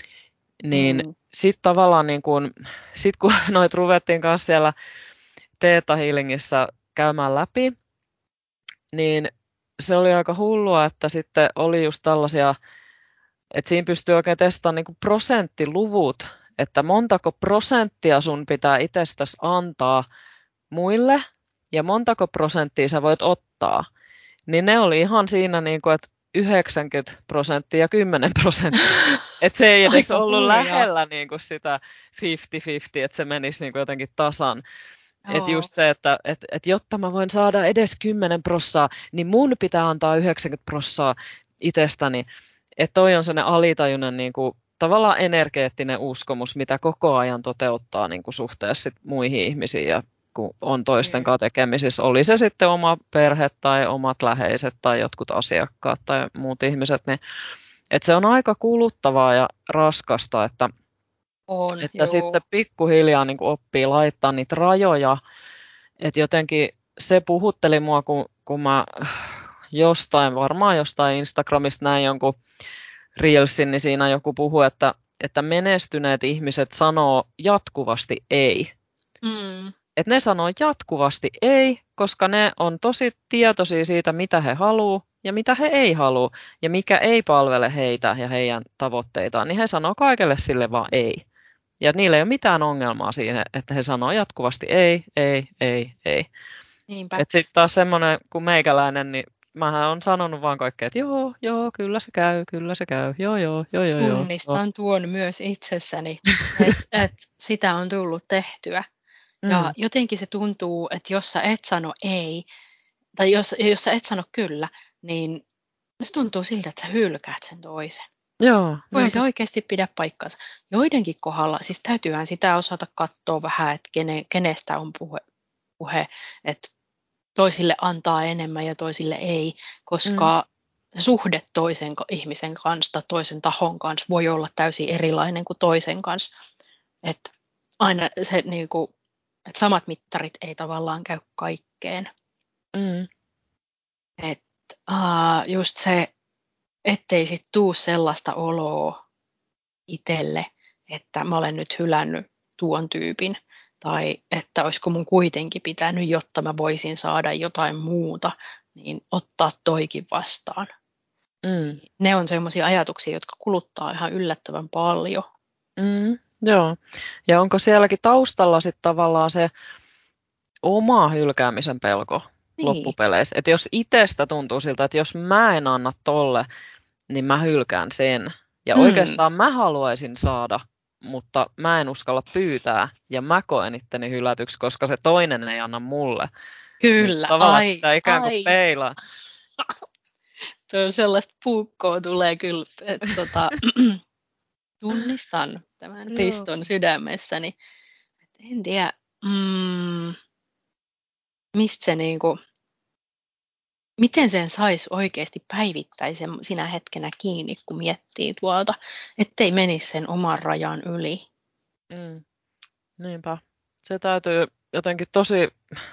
Niin sitten tavallaan niin kun noit ruvettiin kanssa siellä Theta Healingissä käymään läpi, niin se oli aika hullua, että sitten oli just tällaisia, että siinä pystyy oikein testaamaan niin kuin prosenttiluvut, että montako prosenttia sun pitää itsestäsi antaa muille ja montako prosenttia sä voit ottaa. Niin ne oli ihan siinä, niin kuin, että 90% ja 10%. Että se ei edes ollut lähellä niin kuin sitä 50-50, että se menisi niin kuin jotenkin tasan. Että just se, että jotta mä voin saada edes 10%, niin mun pitää antaa 90% itsestäni. Että toi on sellainen alitajuinen niin kuin, tavallaan energeettinen uskomus, mitä koko ajan toteuttaa niin kuin suhteessa sit muihin ihmisiin ja kun on toisten kanssa tekemisissä. Oli se sitten oma perhe tai omat läheiset tai jotkut asiakkaat tai muut ihmiset. Niin, että se on aika kuluttavaa ja raskasta, että sitten pikkuhiljaa niin kuin oppii laittaa niitä rajoja. Että jotenkin se puhutteli mua, kun mä varmaan jostain Instagramista näin jonkun reelsin, niin siinä joku puhui, että menestyneet ihmiset sanoo jatkuvasti ei. Että ne sanoo jatkuvasti ei, koska ne on tosi tietoisia siitä, mitä he haluaa ja mitä he ei halua ja mikä ei palvele heitä ja heidän tavoitteitaan, niin he sanoo kaikelle sille vaan ei. Ja niillä ei ole mitään ongelmaa siihen, että he sanoo jatkuvasti ei, ei, ei, ei. Että sitten taas semmoinen kuin meikäläinen, niin mähän on sanonut vaan kaikkea, että joo, kyllä se käy, joo. Tunnistan tuon myös itsessäni, että sitä on tullut tehtyä. Ja jotenkin se tuntuu, että jos sä et sano ei, tai jos sä et sano kyllä, niin se tuntuu siltä, että sä hylkäät sen toisen. Joo. Voi se oikeasti pidä paikkansa. Joidenkin kohdalla, siis täytyyhän sitä osata katsoa vähän, että kenestä on puhe, että toisille antaa enemmän ja toisille ei, koska suhde toisen ihmisen kanssa tai toisen tahon kanssa voi olla täysin erilainen kuin toisen kanssa. Että aina se niinku, että samat mittarit ei tavallaan käy kaikkeen. Että just se, ettei sit tuu sellaista oloa itselle, että mä olen nyt hylännyt tuon tyypin, tai että olisiko mun kuitenkin pitänyt, jotta mä voisin saada jotain muuta, niin ottaa toikin vastaan. Ne on sellaisia ajatuksia, jotka kuluttaa ihan yllättävän paljon. Joo. Ja onko sielläkin taustalla sitten tavallaan se oma hylkäämisen pelko Niin. loppupeleissä? Että jos itsestä tuntuu siltä, että jos mä en anna tolle, niin mä hylkään sen. Ja oikeastaan mä haluaisin saada, mutta mä en uskalla pyytää. Ja mä koen itteni hylätyksi, koska se toinen ei anna mulle. Niin Kyllä, tavallaan että sitä ikään kuin peilaa. Tuo on sellaista puukkoa tulee kyllä, että tunnistan tämän piston sydämessäni. En tiedä, mistä se niinku, miten sen saisi oikeasti päivittäisen sinä hetkenä kiinni, kun miettii tuolta, ettei menisi sen oman rajan yli. Niinpä. Se täytyy jotenkin tosi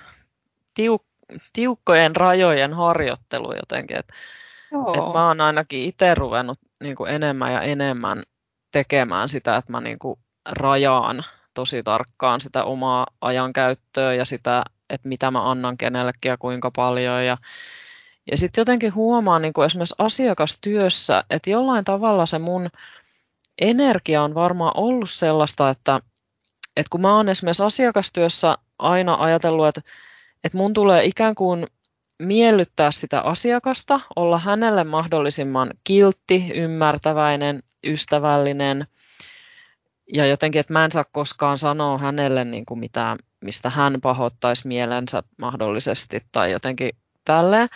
tiukkojen rajojen harjoittelu jotenkin. Että mä oon ainakin itse ruvennut niin kuin enemmän ja enemmän tekemään sitä, että mä niin kuin rajaan tosi tarkkaan sitä omaa ajankäyttöä ja sitä, että mitä mä annan kenellekin ja kuinka paljon. Ja sitten jotenkin huomaan niin kuin esimerkiksi asiakastyössä, että jollain tavalla se mun energia on varmaan ollut sellaista, että kun mä oon esimerkiksi asiakastyössä aina ajatellut, että mun tulee ikään kuin miellyttää sitä asiakasta, olla hänelle mahdollisimman kiltti, ymmärtäväinen, ystävällinen ja jotenkin, että mä en saa koskaan sanoa hänelle niin kuin mitään, mistä hän pahoittaisi mielensä mahdollisesti tai jotenkin tälleen.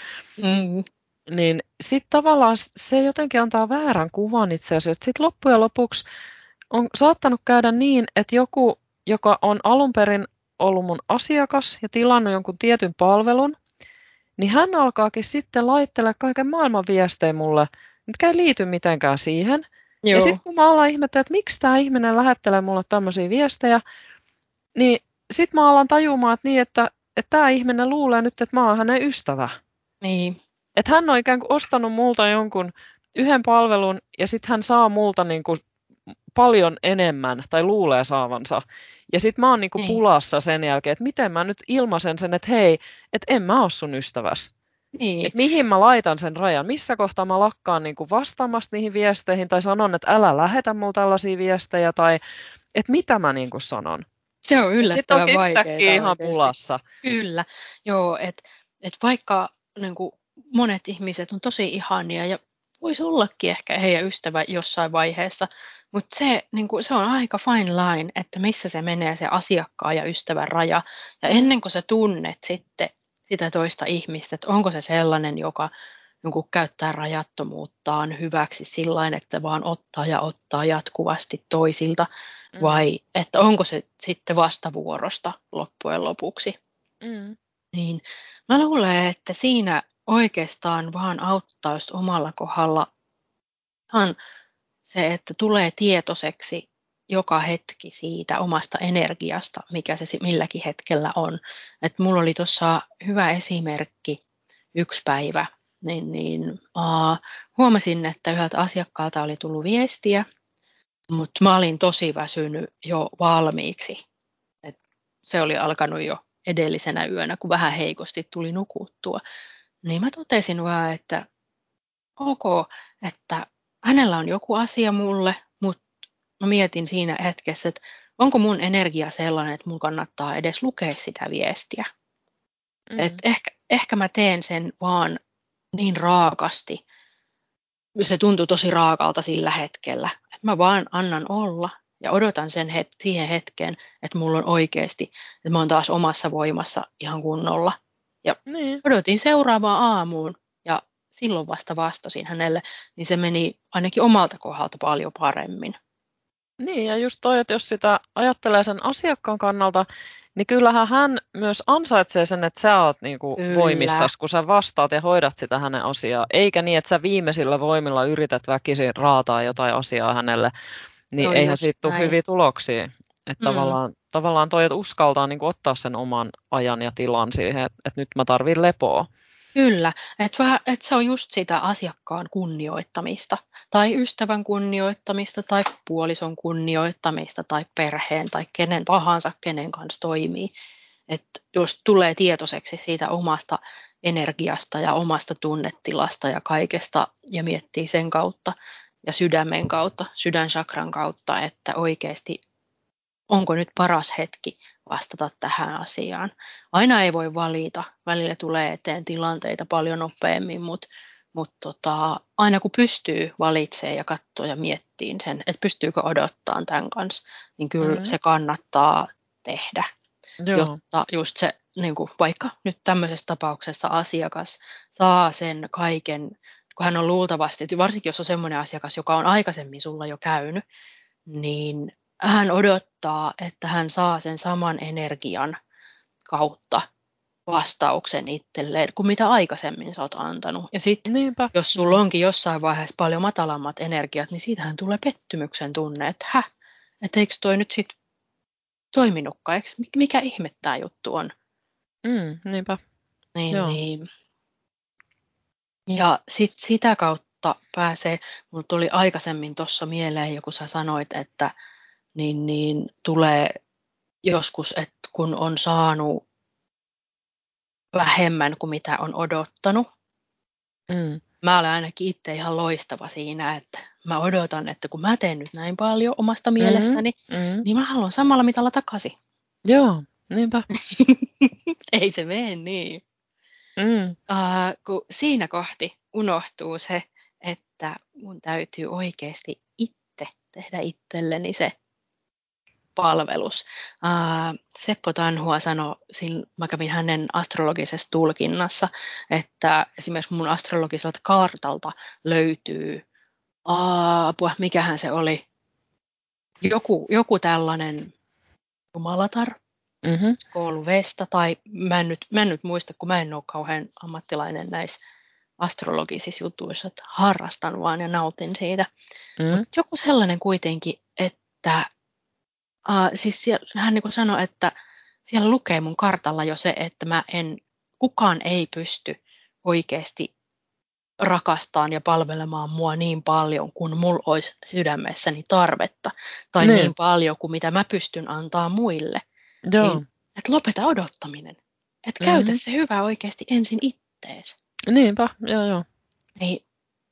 Niin sitten tavallaan se jotenkin antaa väärän kuvan itse asiassa. Sitten loppujen lopuksi on saattanut käydä niin, että joku, joka on alun perin ollut mun asiakas ja tilannut jonkun tietyn palvelun, niin hän alkaakin sitten laittella kaiken maailman viestejä mulle, mitkä ei liity mitenkään siihen. Joo. Ja sitten kun mä alan ihmetellä, että miksi tämä ihminen lähettelee mulle tämmöisiä viestejä, niin sitten mä alan tajumaan, että tämä ihminen luulee nyt, että mä oon hänen ystävä. Niin. Että hän on ikään kuin ostanut multa jonkun yhden palvelun ja sitten hän saa multa niin kuin paljon enemmän tai luulee saavansa. Ja sitten mä oon niinku pulassa sen jälkeen, että miten mä nyt ilmaisen sen, että hei, että en mä oo sun ystäväs. Niin. Että mihin mä laitan sen rajan, missä kohtaa mä lakkaan niinku vastaamasta niihin viesteihin tai sanon, että älä lähetä mulle tällaisia viestejä tai että mitä mä niinku sanon. Se on yllättävän vaikeaa. Sitten on yhtäkkiä ihan pulassa. Kyllä, joo, että vaikka niinku, monet ihmiset on tosi ihania ja voisi ollakin ehkä heidän ystävä jossain vaiheessa, mutta se, niinku, se on aika fine line, että missä se menee se asiakkaan ja ystävän raja. Ja ennen kuin sä tunnet sitten sitä toista ihmistä, että onko se sellainen, joka niinku, käyttää rajattomuuttaan hyväksi sillain, että vaan ottaa ja ottaa jatkuvasti toisilta, vai että onko se sitten vastavuorosta loppujen lopuksi. Niin mä luulen, että siinä oikeastaan vaan auttaa just omalla kohdalla se, että tulee tietoiseksi joka hetki siitä omasta energiasta, mikä se milläkin hetkellä on. Et mulla oli tuossa hyvä esimerkki yksi päivä, huomasin, että yhdeltä asiakkaalta oli tullut viestiä, mutta mä olin tosi väsynyt jo valmiiksi. Et se oli alkanut jo edellisenä yönä, kun vähän heikosti tuli nukuttua. Niin mä totesin vaan, että ok, että hänellä on joku asia mulle, mutta mä mietin siinä hetkessä, että onko mun energia sellainen, että mun kannattaa edes lukea sitä viestiä. Että ehkä mä teen sen vaan niin raakasti. Se tuntui tosi raakalta sillä hetkellä, että mä vaan annan olla ja odotan siihen hetkeen, että mulla on oikeasti, että mä oon taas omassa voimassa ihan kunnolla. Ja odotin seuraavaan aamuun ja silloin vasta vastasin hänelle, niin se meni ainakin omalta kohdalta paljon paremmin. Niin, ja just toi, että jos sitä ajattelee sen asiakkaan kannalta, niin kyllähän hän myös ansaitsee sen, että sä oot niinku voimissas, kun sä vastaat ja hoidat sitä hänen asiaa. Eikä niin, että sä viimeisillä voimilla yrität väkisin raataa jotain asiaa hänelle, niin no eihän siitä tule hyviä tuloksia. Että tavallaan toi, että uskaltaa niinku ottaa sen oman ajan ja tilan siihen, että nyt mä tarvin lepoa. Kyllä, että se on just sitä asiakkaan kunnioittamista tai ystävän kunnioittamista tai puolison kunnioittamista tai perheen tai kenen tahansa, kenen kanssa toimii. Että jos tulee tietoiseksi siitä omasta energiasta ja omasta tunnetilasta ja kaikesta ja miettii sen kautta ja sydämen kautta, sydänchakran kautta, että oikeasti onko nyt paras hetki vastata tähän asiaan. Aina ei voi valita, välillä tulee eteen tilanteita paljon nopeammin, mutta aina kun pystyy valitsemaan ja katsoa ja miettiin sen, että pystyykö odottamaan tämän kanssa, niin kyllä se kannattaa tehdä. Joo. Jotta just se, niin kuin vaikka nyt tämmöisessä tapauksessa asiakas saa sen kaiken, kun hän on luultavasti, varsinkin jos on semmoinen asiakas, joka on aikaisemmin sulla jo käynyt, niin hän odottaa, että hän saa sen saman energian kautta vastauksen itselleen, kuin mitä aikaisemmin sä oot antanut. Ja sitten, jos sulla onkin jossain vaiheessa paljon matalammat energiat, niin siitähän tulee pettymyksen tunne, että että eikö toi nyt sitten toiminutkaan, mikä ihme tämä juttu on. Niinpä. Niin. Ja sitten sitä kautta pääsee, mulla tuli aikaisemmin tuossa mieleen, joku sä sanoit, että niin tulee joskus, että kun on saanut vähemmän kuin mitä on odottanut. Mä olen ainakin itse ihan loistava siinä, että mä odotan, että kun mä teen nyt näin paljon omasta mielestäni, niin mä haluan samalla mitalla takaisin. Joo, niinpä. Ei se mene niin. Kun siinä kohti unohtuu se, että mun täytyy oikeasti itse tehdä itselleni se palvelus. Seppo Tanhua sanoi, mä kävin hänen astrologisessa tulkinnassa, että esimerkiksi mun astrologiselta kartalta löytyy, mikähän se oli, joku tällainen jumalatar, kouluvesta, tai mä en nyt muista, kun mä en ole kauhean ammattilainen näissä astrologisissa jutuissa, että harrastan vaan ja nautin siitä. Mutta joku sellainen kuitenkin, että siis hän niin kuin sanoi, että siellä lukee mun kartalla jo se, että kukaan ei pysty oikeasti rakastamaan ja palvelemaan mua niin paljon, kuin mulla olisi sydämessäni tarvetta, tai niin paljon kuin mitä mä pystyn antaa muille. Niin, että lopeta odottaminen. Että käytä se hyvä oikeasti ensin ittees. Niinpä, joo. Niin,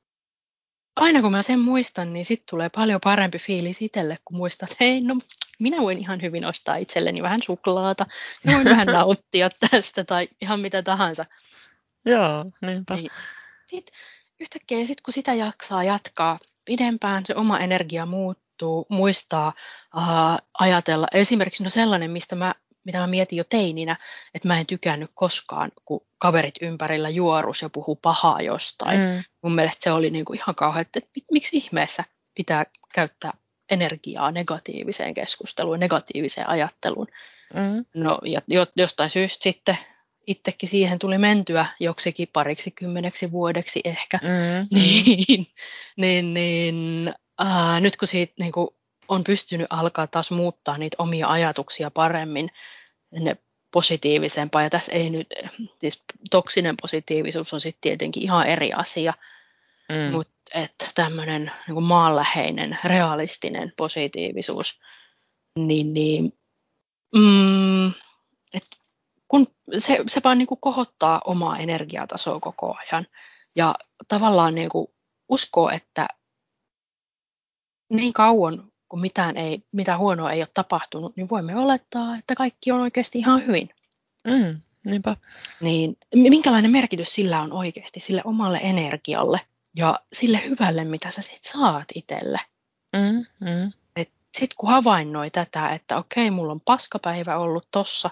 aina kun mä sen muistan, niin sitten tulee paljon parempi fiilis itselle, kun muistan, että hei, no minä voin ihan hyvin ostaa itselleni vähän suklaata, ja voin vähän nauttia tästä, tai ihan mitä tahansa. Joo, niinpä. Niin, sitten yhtäkkiä, kun sitä jaksaa jatkaa pidempään, se oma energia muuttuu, muistaa ajatella. Esimerkiksi sellainen, mitä mä mietin jo teininä, että mä en tykännyt koskaan, kun kaverit ympärillä juorus ja puhuu pahaa jostain. Mun mielestä se oli niinku ihan kauhean, että miksi ihmeessä pitää käyttää energiaa negatiiviseen keskusteluun, negatiiviseen ajatteluun. No, ja jostain syystä sitten itsekin siihen tuli mentyä joksikin 20 vuodeksi ehkä. Nyt kun siitä niin kuin on pystynyt alkaa taas muuttaa niitä omia ajatuksia paremmin, ne positiivisempaa, ja tässä ei nyt, siis toksinen positiivisuus on sitten tietenkin ihan eri asia, mutta että tämmöinen niin kuin maanläheinen, realistinen positiivisuus, että kun se vaan niin kuin kohottaa omaa energiatasoa koko ajan, ja tavallaan niin kuin uskoo, että niin kauan kun mitään huonoa ei ole tapahtunut, niin voimme olettaa, että kaikki on oikeasti ihan hyvin. Niinpä. Niin minkälainen merkitys sillä on oikeasti sille omalle energialle ja sille hyvälle, mitä sä sit saat itselle. Sitten kun havainnoi tätä, että okei, mulla on paskapäivä ollut tossa,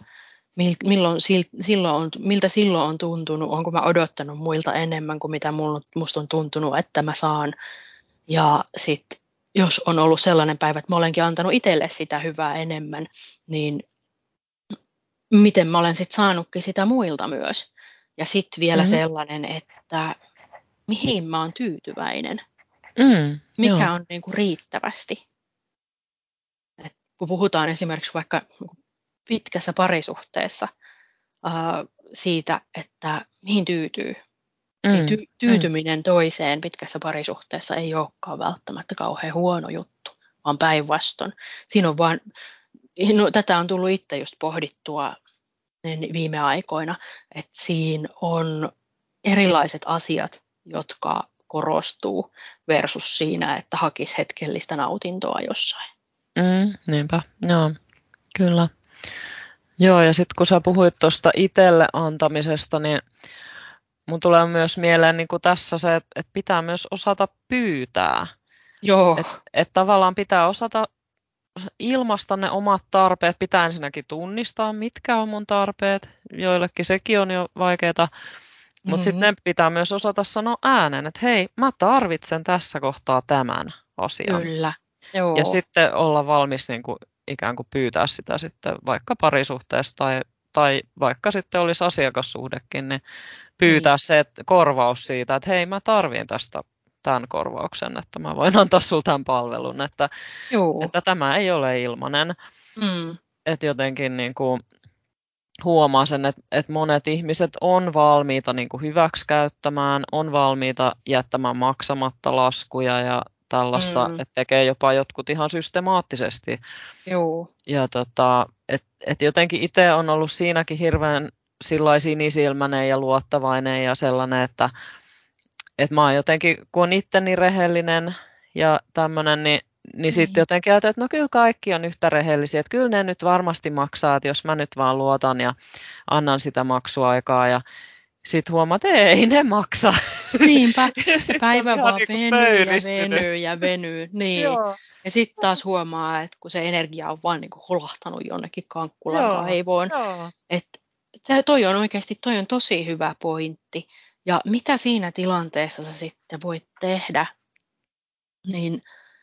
miltä silloin on tuntunut, onko mä odottanut muilta enemmän kuin mitä musta on tuntunut, että mä saan. Ja sitten jos on ollut sellainen päivä, että mä olenkin antanut itselle sitä hyvää enemmän, niin miten mä olen sitten saanutkin sitä muilta myös. Ja sitten vielä sellainen, että mihin mä oon tyytyväinen. Mikä on niin kuin riittävästi. Et kun puhutaan esimerkiksi vaikka pitkässä parisuhteessa siitä, että mihin tyytyy. Niin tyytyminen toiseen pitkässä parisuhteessa ei olekaan välttämättä kauhean huono juttu, vaan päinvastoin. Siinä on vaan, tätä on tullut itse just pohdittua viime aikoina, että siinä on erilaiset asiat, jotka korostuu versus siinä, että hakisi hetkellistä nautintoa jossain. Niinpä, joo, kyllä. Joo, ja sitten kun sä puhuit tuosta itselle antamisesta, niin mun tulee myös mieleen niin kuin tässä se, että pitää myös osata pyytää. Joo. Että tavallaan pitää osata ilmaista ne omat tarpeet, pitää ensinnäkin tunnistaa, mitkä on mun tarpeet, joillekin sekin on jo vaikeaa, mutta sitten ne pitää myös osata sanoa ääneen, että hei, mä tarvitsen tässä kohtaa tämän asian. Kyllä, joo. Ja sitten olla valmis niin kuin, ikään kuin pyytää sitä sitten vaikka parisuhteessa tai vaikka sitten olisi asiakassuhdekin, niin pyytää se että korvaus siitä, että hei, mä tarvitsen tästä tämän korvauksen, että mä voin antaa sulle tämän palvelun, että tämä ei ole ilmainen. Että jotenkin niin kuin huomaa sen, että monet ihmiset on valmiita niin kuin hyväksikäyttämään, on valmiita jättämään maksamatta laskuja ja tällaista, että tekee jopa jotkut ihan systemaattisesti. Joo. Ja että jotenkin itse on ollut siinäkin hirveän sinisilmäinen ja luottavainen ja sellainen, että mä oon jotenkin, kun on itteni rehellinen ja tämmöinen, niin sitten jotenkin ajatellaan, että no kyllä kaikki on yhtä rehellisiä, että kyllä ne nyt varmasti maksaa, että jos mä nyt vaan luotan ja annan sitä maksuaikaa ja sitten huomaat, että ei ne maksa. Niinpä, se päivä vaan venyy ja venyy. Niin. Ja sitten taas huomaa, että kun se energia on vaan niin kuin holahtanut jonnekin Kankkulan kaivoon. Että toi on oikeasti tosi hyvä pointti. Ja mitä siinä tilanteessa sä sitten voit tehdä? Niin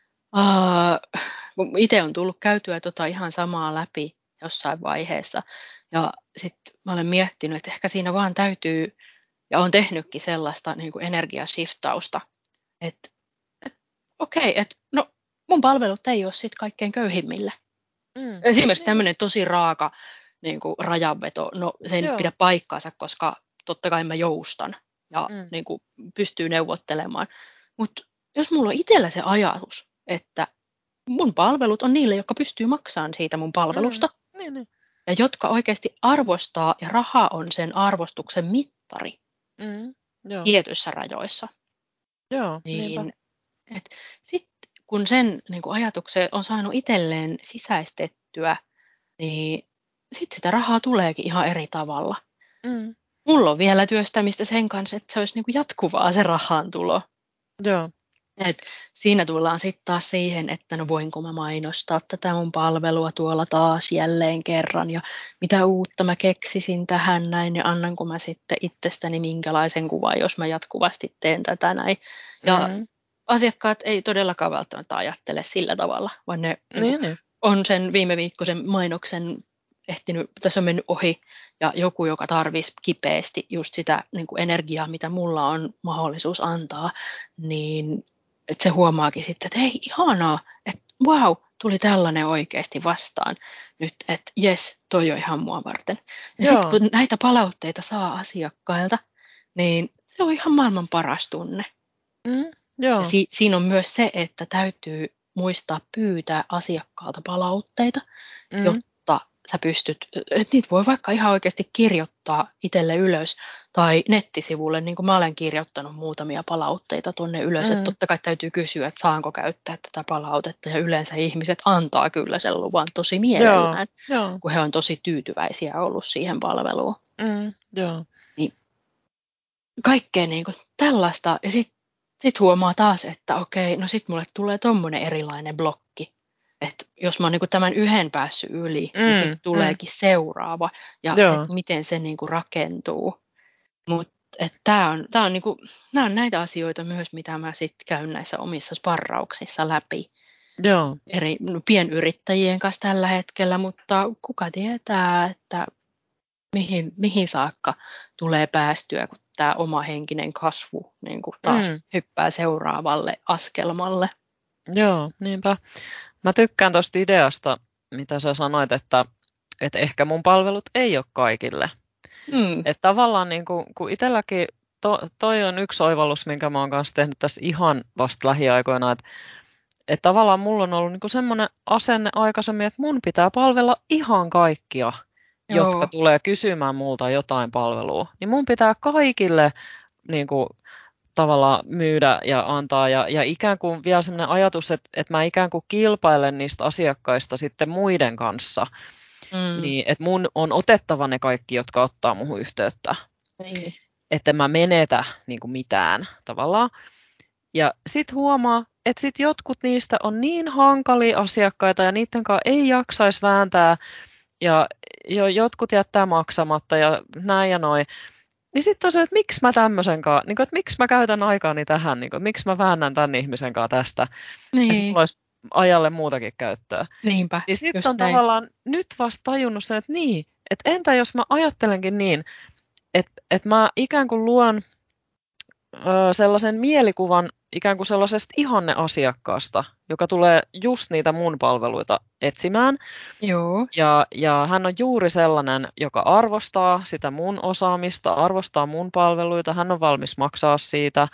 kun itse on tullut käytyä ihan samaa läpi jossain vaiheessa. Ja sitten mä olen miettinyt, että ehkä siinä vaan täytyy, ja olen tehnytkin sellaista niin kuin energiashiftausta, että okei, että no mun palvelut ei ole sitten kaikkein köyhimmille. Esimerkiksi tämmöinen tosi raaka niin kuin rajanveto, no se ei nyt pidä paikkaansa, koska totta kai mä joustan ja niin kuin pystyy neuvottelemaan. Mutta jos mulla on itsellä se ajatus, että mun palvelut on niille, jotka pystyy maksamaan siitä mun palvelusta, ja jotka oikeasti arvostaa, ja raha on sen arvostuksen mittari tietyissä rajoissa. Niin, sitten kun sen niin kuin ajatuksen on saanut itselleen sisäistettyä, niin sitten sitä rahaa tuleekin ihan eri tavalla. Mulla on vielä työstämistä sen kanssa, että se olisi niin kuin jatkuvaa se rahan tulo. Et siinä tullaan sitten taas siihen, että no voinko mä mainostaa tätä mun palvelua tuolla taas jälleen kerran ja mitä uutta mä keksisin tähän näin ja annanko mä sitten itsestäni minkälaisen kuvan, jos mä jatkuvasti teen tätä näin. Ja asiakkaat ei todellakaan välttämättä ajattele sillä tavalla, vaan ne on sen viime viikkoisen mainoksen ehtinyt, tässä on mennyt ohi ja joku, joka tarvitsisi kipeästi just sitä niin kuin energiaa, mitä mulla on mahdollisuus antaa, niin että se huomaakin sitten, että hei, ihanaa, että wow, tuli tällainen oikeasti vastaan nyt, että jes, toi on ihan mua varten. Ja sitten kun näitä palautteita saa asiakkailta, niin se on ihan maailman paras tunne. Ja siinä on myös se, että täytyy muistaa pyytää asiakkaalta palautteita, jotta sä pystyt, että niitä voi vaikka ihan oikeasti kirjoittaa itselle ylös tai nettisivulle, niin kuin mä olen kirjoittanut muutamia palautteita tuonne ylös, että totta kai täytyy kysyä, että saanko käyttää tätä palautetta ja yleensä ihmiset antaa kyllä sen luvan tosi mielellään, kun he on tosi tyytyväisiä ollut siihen palveluun. Niin, kaikkea niin kuin tällaista ja sitten huomaa taas, että okei, no sitten mulle tulee tommonen erilainen blokki. Että jos mä oon niinku tämän yhden päässyt yli, niin sitten tuleekin seuraava ja että miten se niinku rakentuu. Mutta tää on niinku, nämä on näitä asioita myös, mitä mä sitten käyn näissä omissa sparrauksissa läpi. Eri pienyrittäjien kanssa tällä hetkellä, mutta kuka tietää, että mihin saakka tulee päästyä, kun tämä oma henkinen kasvu niin kuin taas hyppää seuraavalle askelmalle. Joo, niinpä. Mä tykkään tuosta ideasta, mitä sä sanoit, että ehkä mun palvelut ei ole kaikille. Että tavallaan niin kun itselläkin toi on yksi oivallus, minkä mä oon kanssa tehnyt tässä ihan vasta lähiaikoina, että tavallaan mulla on ollut niin semmoinen asenne aikaisemmin, että mun pitää palvella ihan kaikkia. jotka Joo. tulee kysymään multa jotain palvelua, niin mun pitää kaikille niin kuin, tavallaan myydä ja antaa. Ja ikään kuin vielä sellainen ajatus, että mä ikään kuin kilpailen niistä asiakkaista sitten muiden kanssa. Mm. Niin, että mun on otettava ne kaikki, jotka ottaa muhun yhteyttä. Niin. Että mä menetä niin kuin mitään tavallaan. Ja sit huomaa, että sit jotkut niistä on niin hankalia asiakkaita ja niiden kanssa ei jaksaisi vääntää ja jotkut jättää maksamatta ja näin ja noin. Niin sitten on se, että miksi mä tämmöisen kanssa, niin kuin, että miksi mä käytän aikaani tähän, niin kuin, että miksi mä väännän tämän ihmisen kanssa tästä, että Niin. mulla olisi ajalle muutakin käyttöä. Niinpä, Niin sitten just on näin. tavallaan nyt vasta tajunnut sen, että niin, että entä jos mä ajattelenkin niin, että mä ikään kuin luon sellaisen mielikuvan ikään kuin sellaisesta ihanneasiakkaasta, joka tulee just niitä mun palveluita etsimään. Joo. Ja hän on juuri sellainen, joka arvostaa sitä mun osaamista, arvostaa mun palveluita, hän on valmis maksaa siitä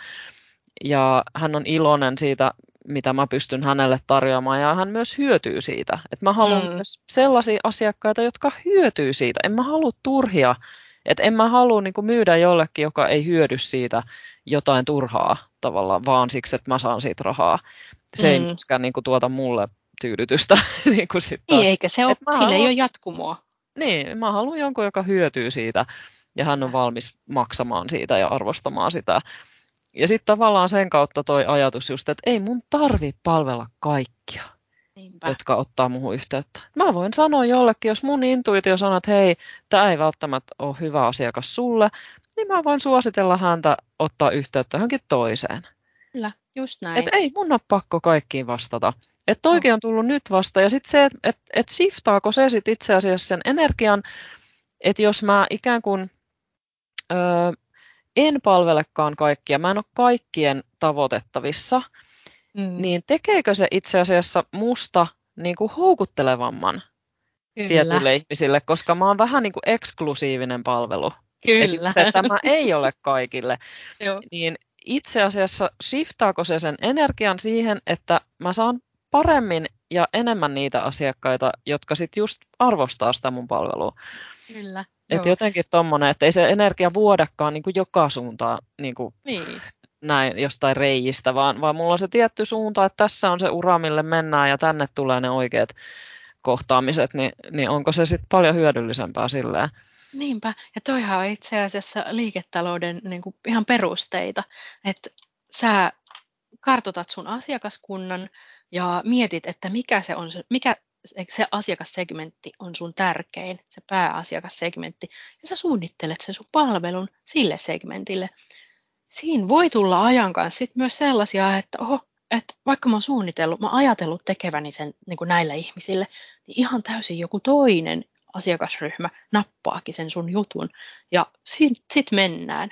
ja hän on iloinen siitä, mitä mä pystyn hänelle tarjoamaan ja hän myös hyötyy siitä. Et mä haluan Mm. myös sellaisia asiakkaita, jotka hyötyy siitä. En mä halua turhia, että en mä halua niin kuin myydä jollekin, joka ei hyödy siitä jotain turhaa tavallaan, vaan siksi, että mä saan siitä rahaa. Se ei Mm. myöskään niin kuin tuota mulle tyydytystä. niin kuin sit Niin, taas. eikä se ole, Et mä sille ei haluan, ole jatkumoa. niin, mä haluan jonkun, joka hyötyy siitä ja hän on Kyllä. valmis maksamaan siitä ja arvostamaan sitä. Ja sitten tavallaan sen kautta toi ajatus just, että ei mun tarvi palvella kaikkia, Niinpä. jotka ottaa muuhun yhteyttä. Mä voin sanoa jollekin, jos mun intuitio sanoo, että hei, tämä ei välttämättä ole hyvä asiakas sulle, niin mä voin suositella häntä ottaa yhteyttä johonkin toiseen. Kyllä, just Että näin. ei mun ole pakko kaikkiin vastata. Että Oh. toikin on tullut nyt vasta. Ja sitten se, että shiftaako se sitten itse asiassa sen energian, että jos mä ikään kuin ö, en palvelekaan kaikkia, mä en ole kaikkien tavoitettavissa, Mm. niin tekeekö se itse asiassa musta niin kuin houkuttelevamman Kyllä, tietyille ihmisille, koska mä oon vähän niin kuin eksklusiivinen palvelu. Että kyllä. just, että tämä ei ole kaikille, Joo. niin itse asiassa shiftaako se sen energian siihen, että mä saan paremmin ja enemmän niitä asiakkaita, jotka sitten just arvostaa sitä mun palvelua. Kyllä, Että joo. jotenkin tommonen, että ei se energia vuodakaan niin kuin joka suuntaan niin kuin Niin. näin jostain reiistä, vaan mulla on se tietty suunta, että tässä on se ura, mille mennään ja tänne tulee ne oikeat kohtaamiset, niin onko se sitten paljon hyödyllisempää silleen? Niinpä. Ja toihan on itse asiassa liiketalouden niin kuin ihan perusteita, että sä kartoitat sun asiakaskunnan ja mietit, että mikä se asiakassegmentti on sun tärkein, se pääasiakassegmentti, ja sä suunnittelet sen sun palvelun sille segmentille. Siinä voi tulla ajan kanssa sit myös sellaisia, että että vaikka mä oon suunnitellut, mä oon ajatellut tekeväni sen niin kuin näille ihmisille, niin ihan täysin joku toinen asiakasryhmä nappaakin sen sun jutun, ja sit mennään.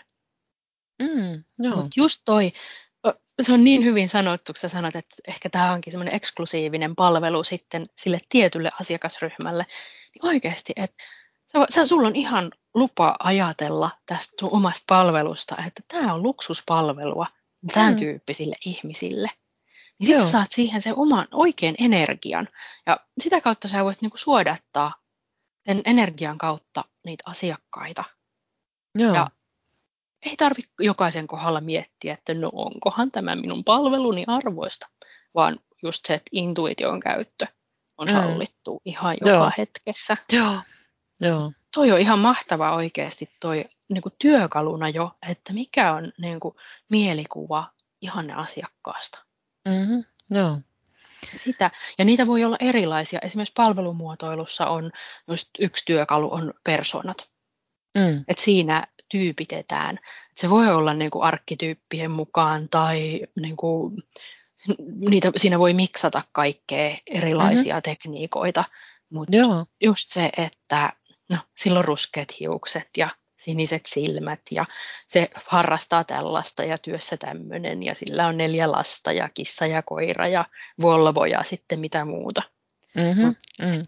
Joo. Mutta just se on niin hyvin sanottu, kun sä sanot, että ehkä tämä onkin semmoinen eksklusiivinen palvelu sitten sille tietylle asiakasryhmälle. Niin oikeasti, että sulla on ihan lupa ajatella tästä sun omasta palvelusta, että tämä on luksuspalvelua tämän Mm, tyyppisille ihmisille. Niin sit sä joo. saat siihen sen oman oikean energian. Ja sitä kautta sä voit niinku suodattaa sen energian kautta niitä asiakkaita. Joo. Ja ei tarvitse jokaisen kohdalla miettiä, että no onkohan tämä minun palveluni arvoista, vaan just se, että intuition käyttö on Mm, sallittu ihan joka joo. hetkessä. Joo. Joo. Toi on ihan mahtava oikeasti toi niin kuin työkaluna jo, että mikä on niin kuin mielikuva ihanne asiakkaasta. Mm-hmm. Joo. Sitä. Ja niitä voi olla erilaisia. Esimerkiksi palvelumuotoilussa on just yksi työkalu on personat. Mm. Et siinä tyypitetään. Et se voi olla niin kuin arkkityyppien mukaan tai niin kuin, siinä voi miksata kaikkea Mm-hmm. erilaisia tekniikoita, mutta Joo. just se, että no, sillä on ruskeat hiukset ja siniset silmät ja se harrastaa tällaista ja työssä tämmöinen ja sillä on 4 lasta ja kissa ja koira ja Volvo ja sitten mitä muuta. Mm-hmm. Mut Mm.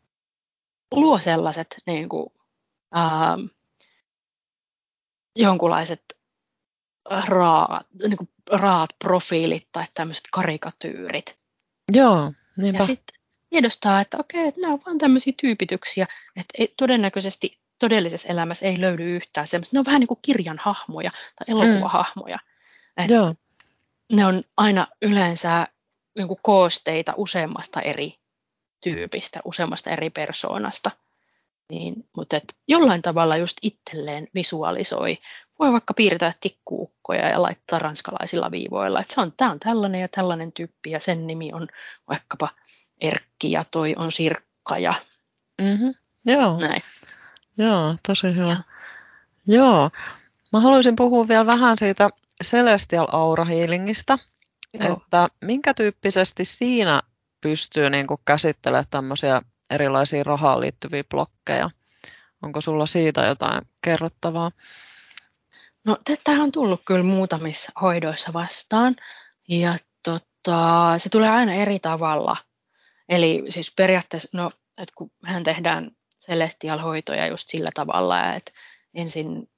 luo sellaiset niin kuin, jonkunlaiset raat profiilit tai tämmöiset karikatyyrit. Joo. Ja Niinpä. tiedostaa, että okei, että nämä on vaan tämmöisiä tyypityksiä, että todennäköisesti todellisessa elämässä ei löydy yhtään semmoista. Ne on vähän niin kuin kirjan hahmoja tai elokuvahahmoja. Että Joo. ne on aina yleensä niin kuin koosteita useammasta eri tyypistä, useammasta eri persoonasta. Mutta jollain tavalla just itselleen visualisoi. Voi vaikka piirtää tikkuukkoja ja laittaa ranskalaisilla viivoilla, että tämä on tällainen ja tällainen tyyppi ja sen nimi on vaikkapa Erkki ja toi on Sirkka ja Joo. näin. Joo, tosi hyvä. Ja, Joo. Mä haluaisin puhua vielä vähän siitä Celestial Aura Healingistä, että minkä tyyppisesti siinä pystyy niin kuin käsittelemään tämmöisiä erilaisia rahaan liittyviä blokkeja. Onko sulla siitä jotain kerrottavaa? no tätä on tullut kyllä muutamissa hoidoissa vastaan ja se tulee aina eri tavalla. Eli siis periaatteessa, no, että kun hän tehdään Celestial-hoitoja just sillä tavalla, että ensin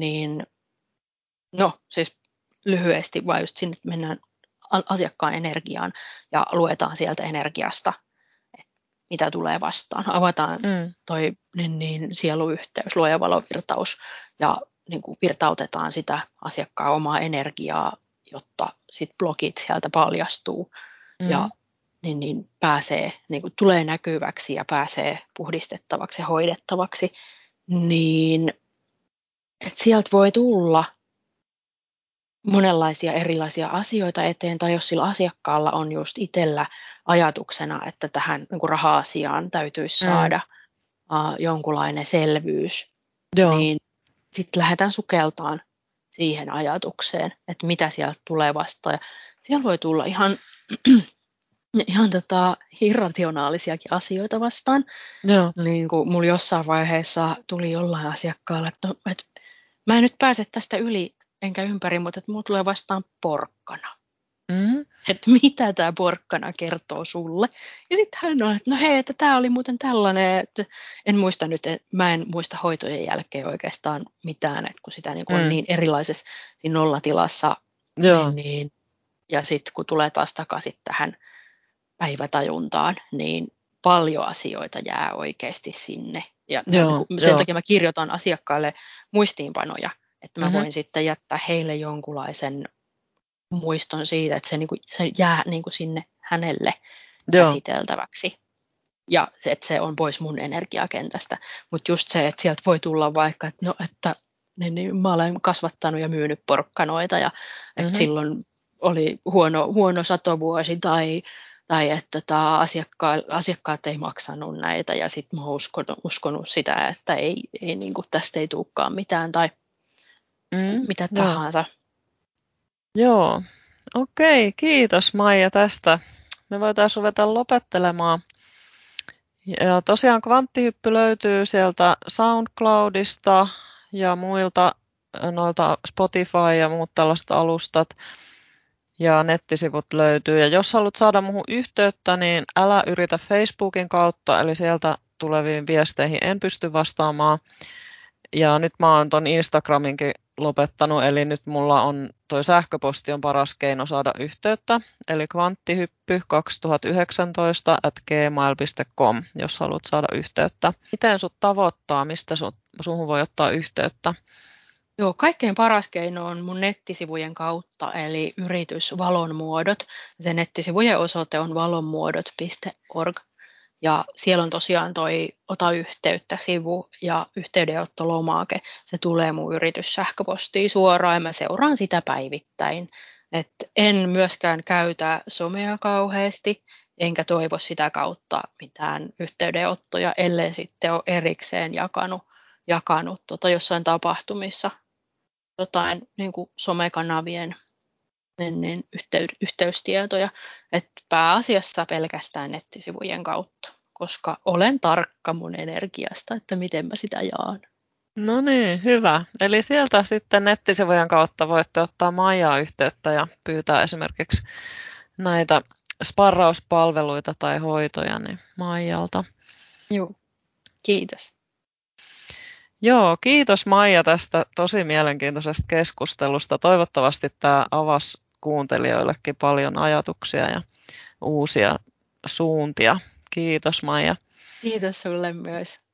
no siis lyhyesti vaan just sinne mennään asiakkaan energiaan ja luetaan sieltä energiasta, että mitä tulee vastaan. Avataan toi sieluyhteys, luoja valovirtaus ja niin kuin virtautetaan sitä asiakkaan omaa energiaa, jotta sit blokit sieltä paljastuu ja pääsee, niin kuin tulee näkyväksi ja pääsee puhdistettavaksi ja hoidettavaksi, niin että sieltä voi tulla monenlaisia erilaisia asioita eteen, tai jos sillä asiakkaalla on just itsellä ajatuksena, että tähän niin kuin raha-asiaan täytyisi saada jonkunlainen selvyys, niin sitten lähdetään sukeltaan siihen ajatukseen, että mitä sieltä tulee vastaan. Ja siellä voi tulla ihan irrationaalisiakin asioita vastaan. Joo. Niin kuin mulla jossain vaiheessa tuli jollain asiakkaalla, että mä en nyt pääse tästä yli enkä ympäri, mutta että mulla tulee vastaan porkkana. Että mitä tämä porkkana kertoo sulle. Ja sitten hän on, että no hei, että tämä oli muuten tällainen, että mä en muista hoitojen jälkeen oikeastaan mitään, että kun sitä niin kuin on niin erilaisessa siinä nollatilassa, ja sitten kun tulee taas takaisin tähän päivätajuntaan, niin paljon asioita jää oikeasti sinne. Ja sen takia mä kirjoitan asiakkaille muistiinpanoja, että mä voin sitten jättää heille jonkunlaisen muiston siitä, että se jää niin kuin sinne hänelle käsiteltäväksi. Ja että se on pois mun energiakentästä. Mutta just se, että sieltä voi tulla vaikka, että mä olen kasvattanut ja myynyt porkkanoita ja että silloin oli huono satovuosi tai että asiakkaat ei maksanut näitä ja sitten mä oon uskonut sitä, että ei niin kuin tästä ei tulekaan mitään tai mitä tahansa. Joo, okei, kiitos Maija tästä. Me voitaisiin ruveta lopettelemaan. Ja tosiaan Kvanttihyppy löytyy sieltä SoundCloudista ja muilta noilta Spotify ja muut tällaiset alustat. Ja nettisivut löytyy. Ja jos haluat saada muuhun yhteyttä, niin älä yritä Facebookin kautta, eli sieltä tuleviin viesteihin en pysty vastaamaan. Ja nyt mä oon ton Instagraminkin lopettanut, eli nyt mulla on toi sähköposti on paras keino saada yhteyttä, eli kvanttihyppy2019@gmail.com, jos haluat saada yhteyttä. Miten sut tavoittaa, mistä suhun voi ottaa yhteyttä? Joo, kaikkein paras keino on mun nettisivujen kautta, eli yritys Valonmuodot. Se nettisivujen osoite on valonmuodot.org. Ja siellä on tosiaan toi ota yhteyttä-sivu ja yhteydenottolomake. Se tulee mun yrityssähköpostiin suoraan ja mä seuraan sitä päivittäin. Et en myöskään käytä somea kauheasti, enkä toivo sitä kautta mitään yhteydenottoja, ellei sitten ole erikseen jakanut jossain tapahtumissa jotain niin kuin somekanavien yhteystietoja, että pääasiassa pelkästään nettisivujen kautta, koska olen tarkka mun energiasta, että miten mä sitä jaan. No niin, hyvä. Eli sieltä sitten nettisivujen kautta voitte ottaa Maijaa yhteyttä ja pyytää esimerkiksi näitä sparrauspalveluita tai hoitoja niin Maijalta. Joo, kiitos. Joo, kiitos Maija tästä tosi mielenkiintoisesta keskustelusta. Toivottavasti tämä avasi kuuntelijoillekin paljon ajatuksia ja uusia suuntia. Kiitos Maija. Kiitos sulle myös.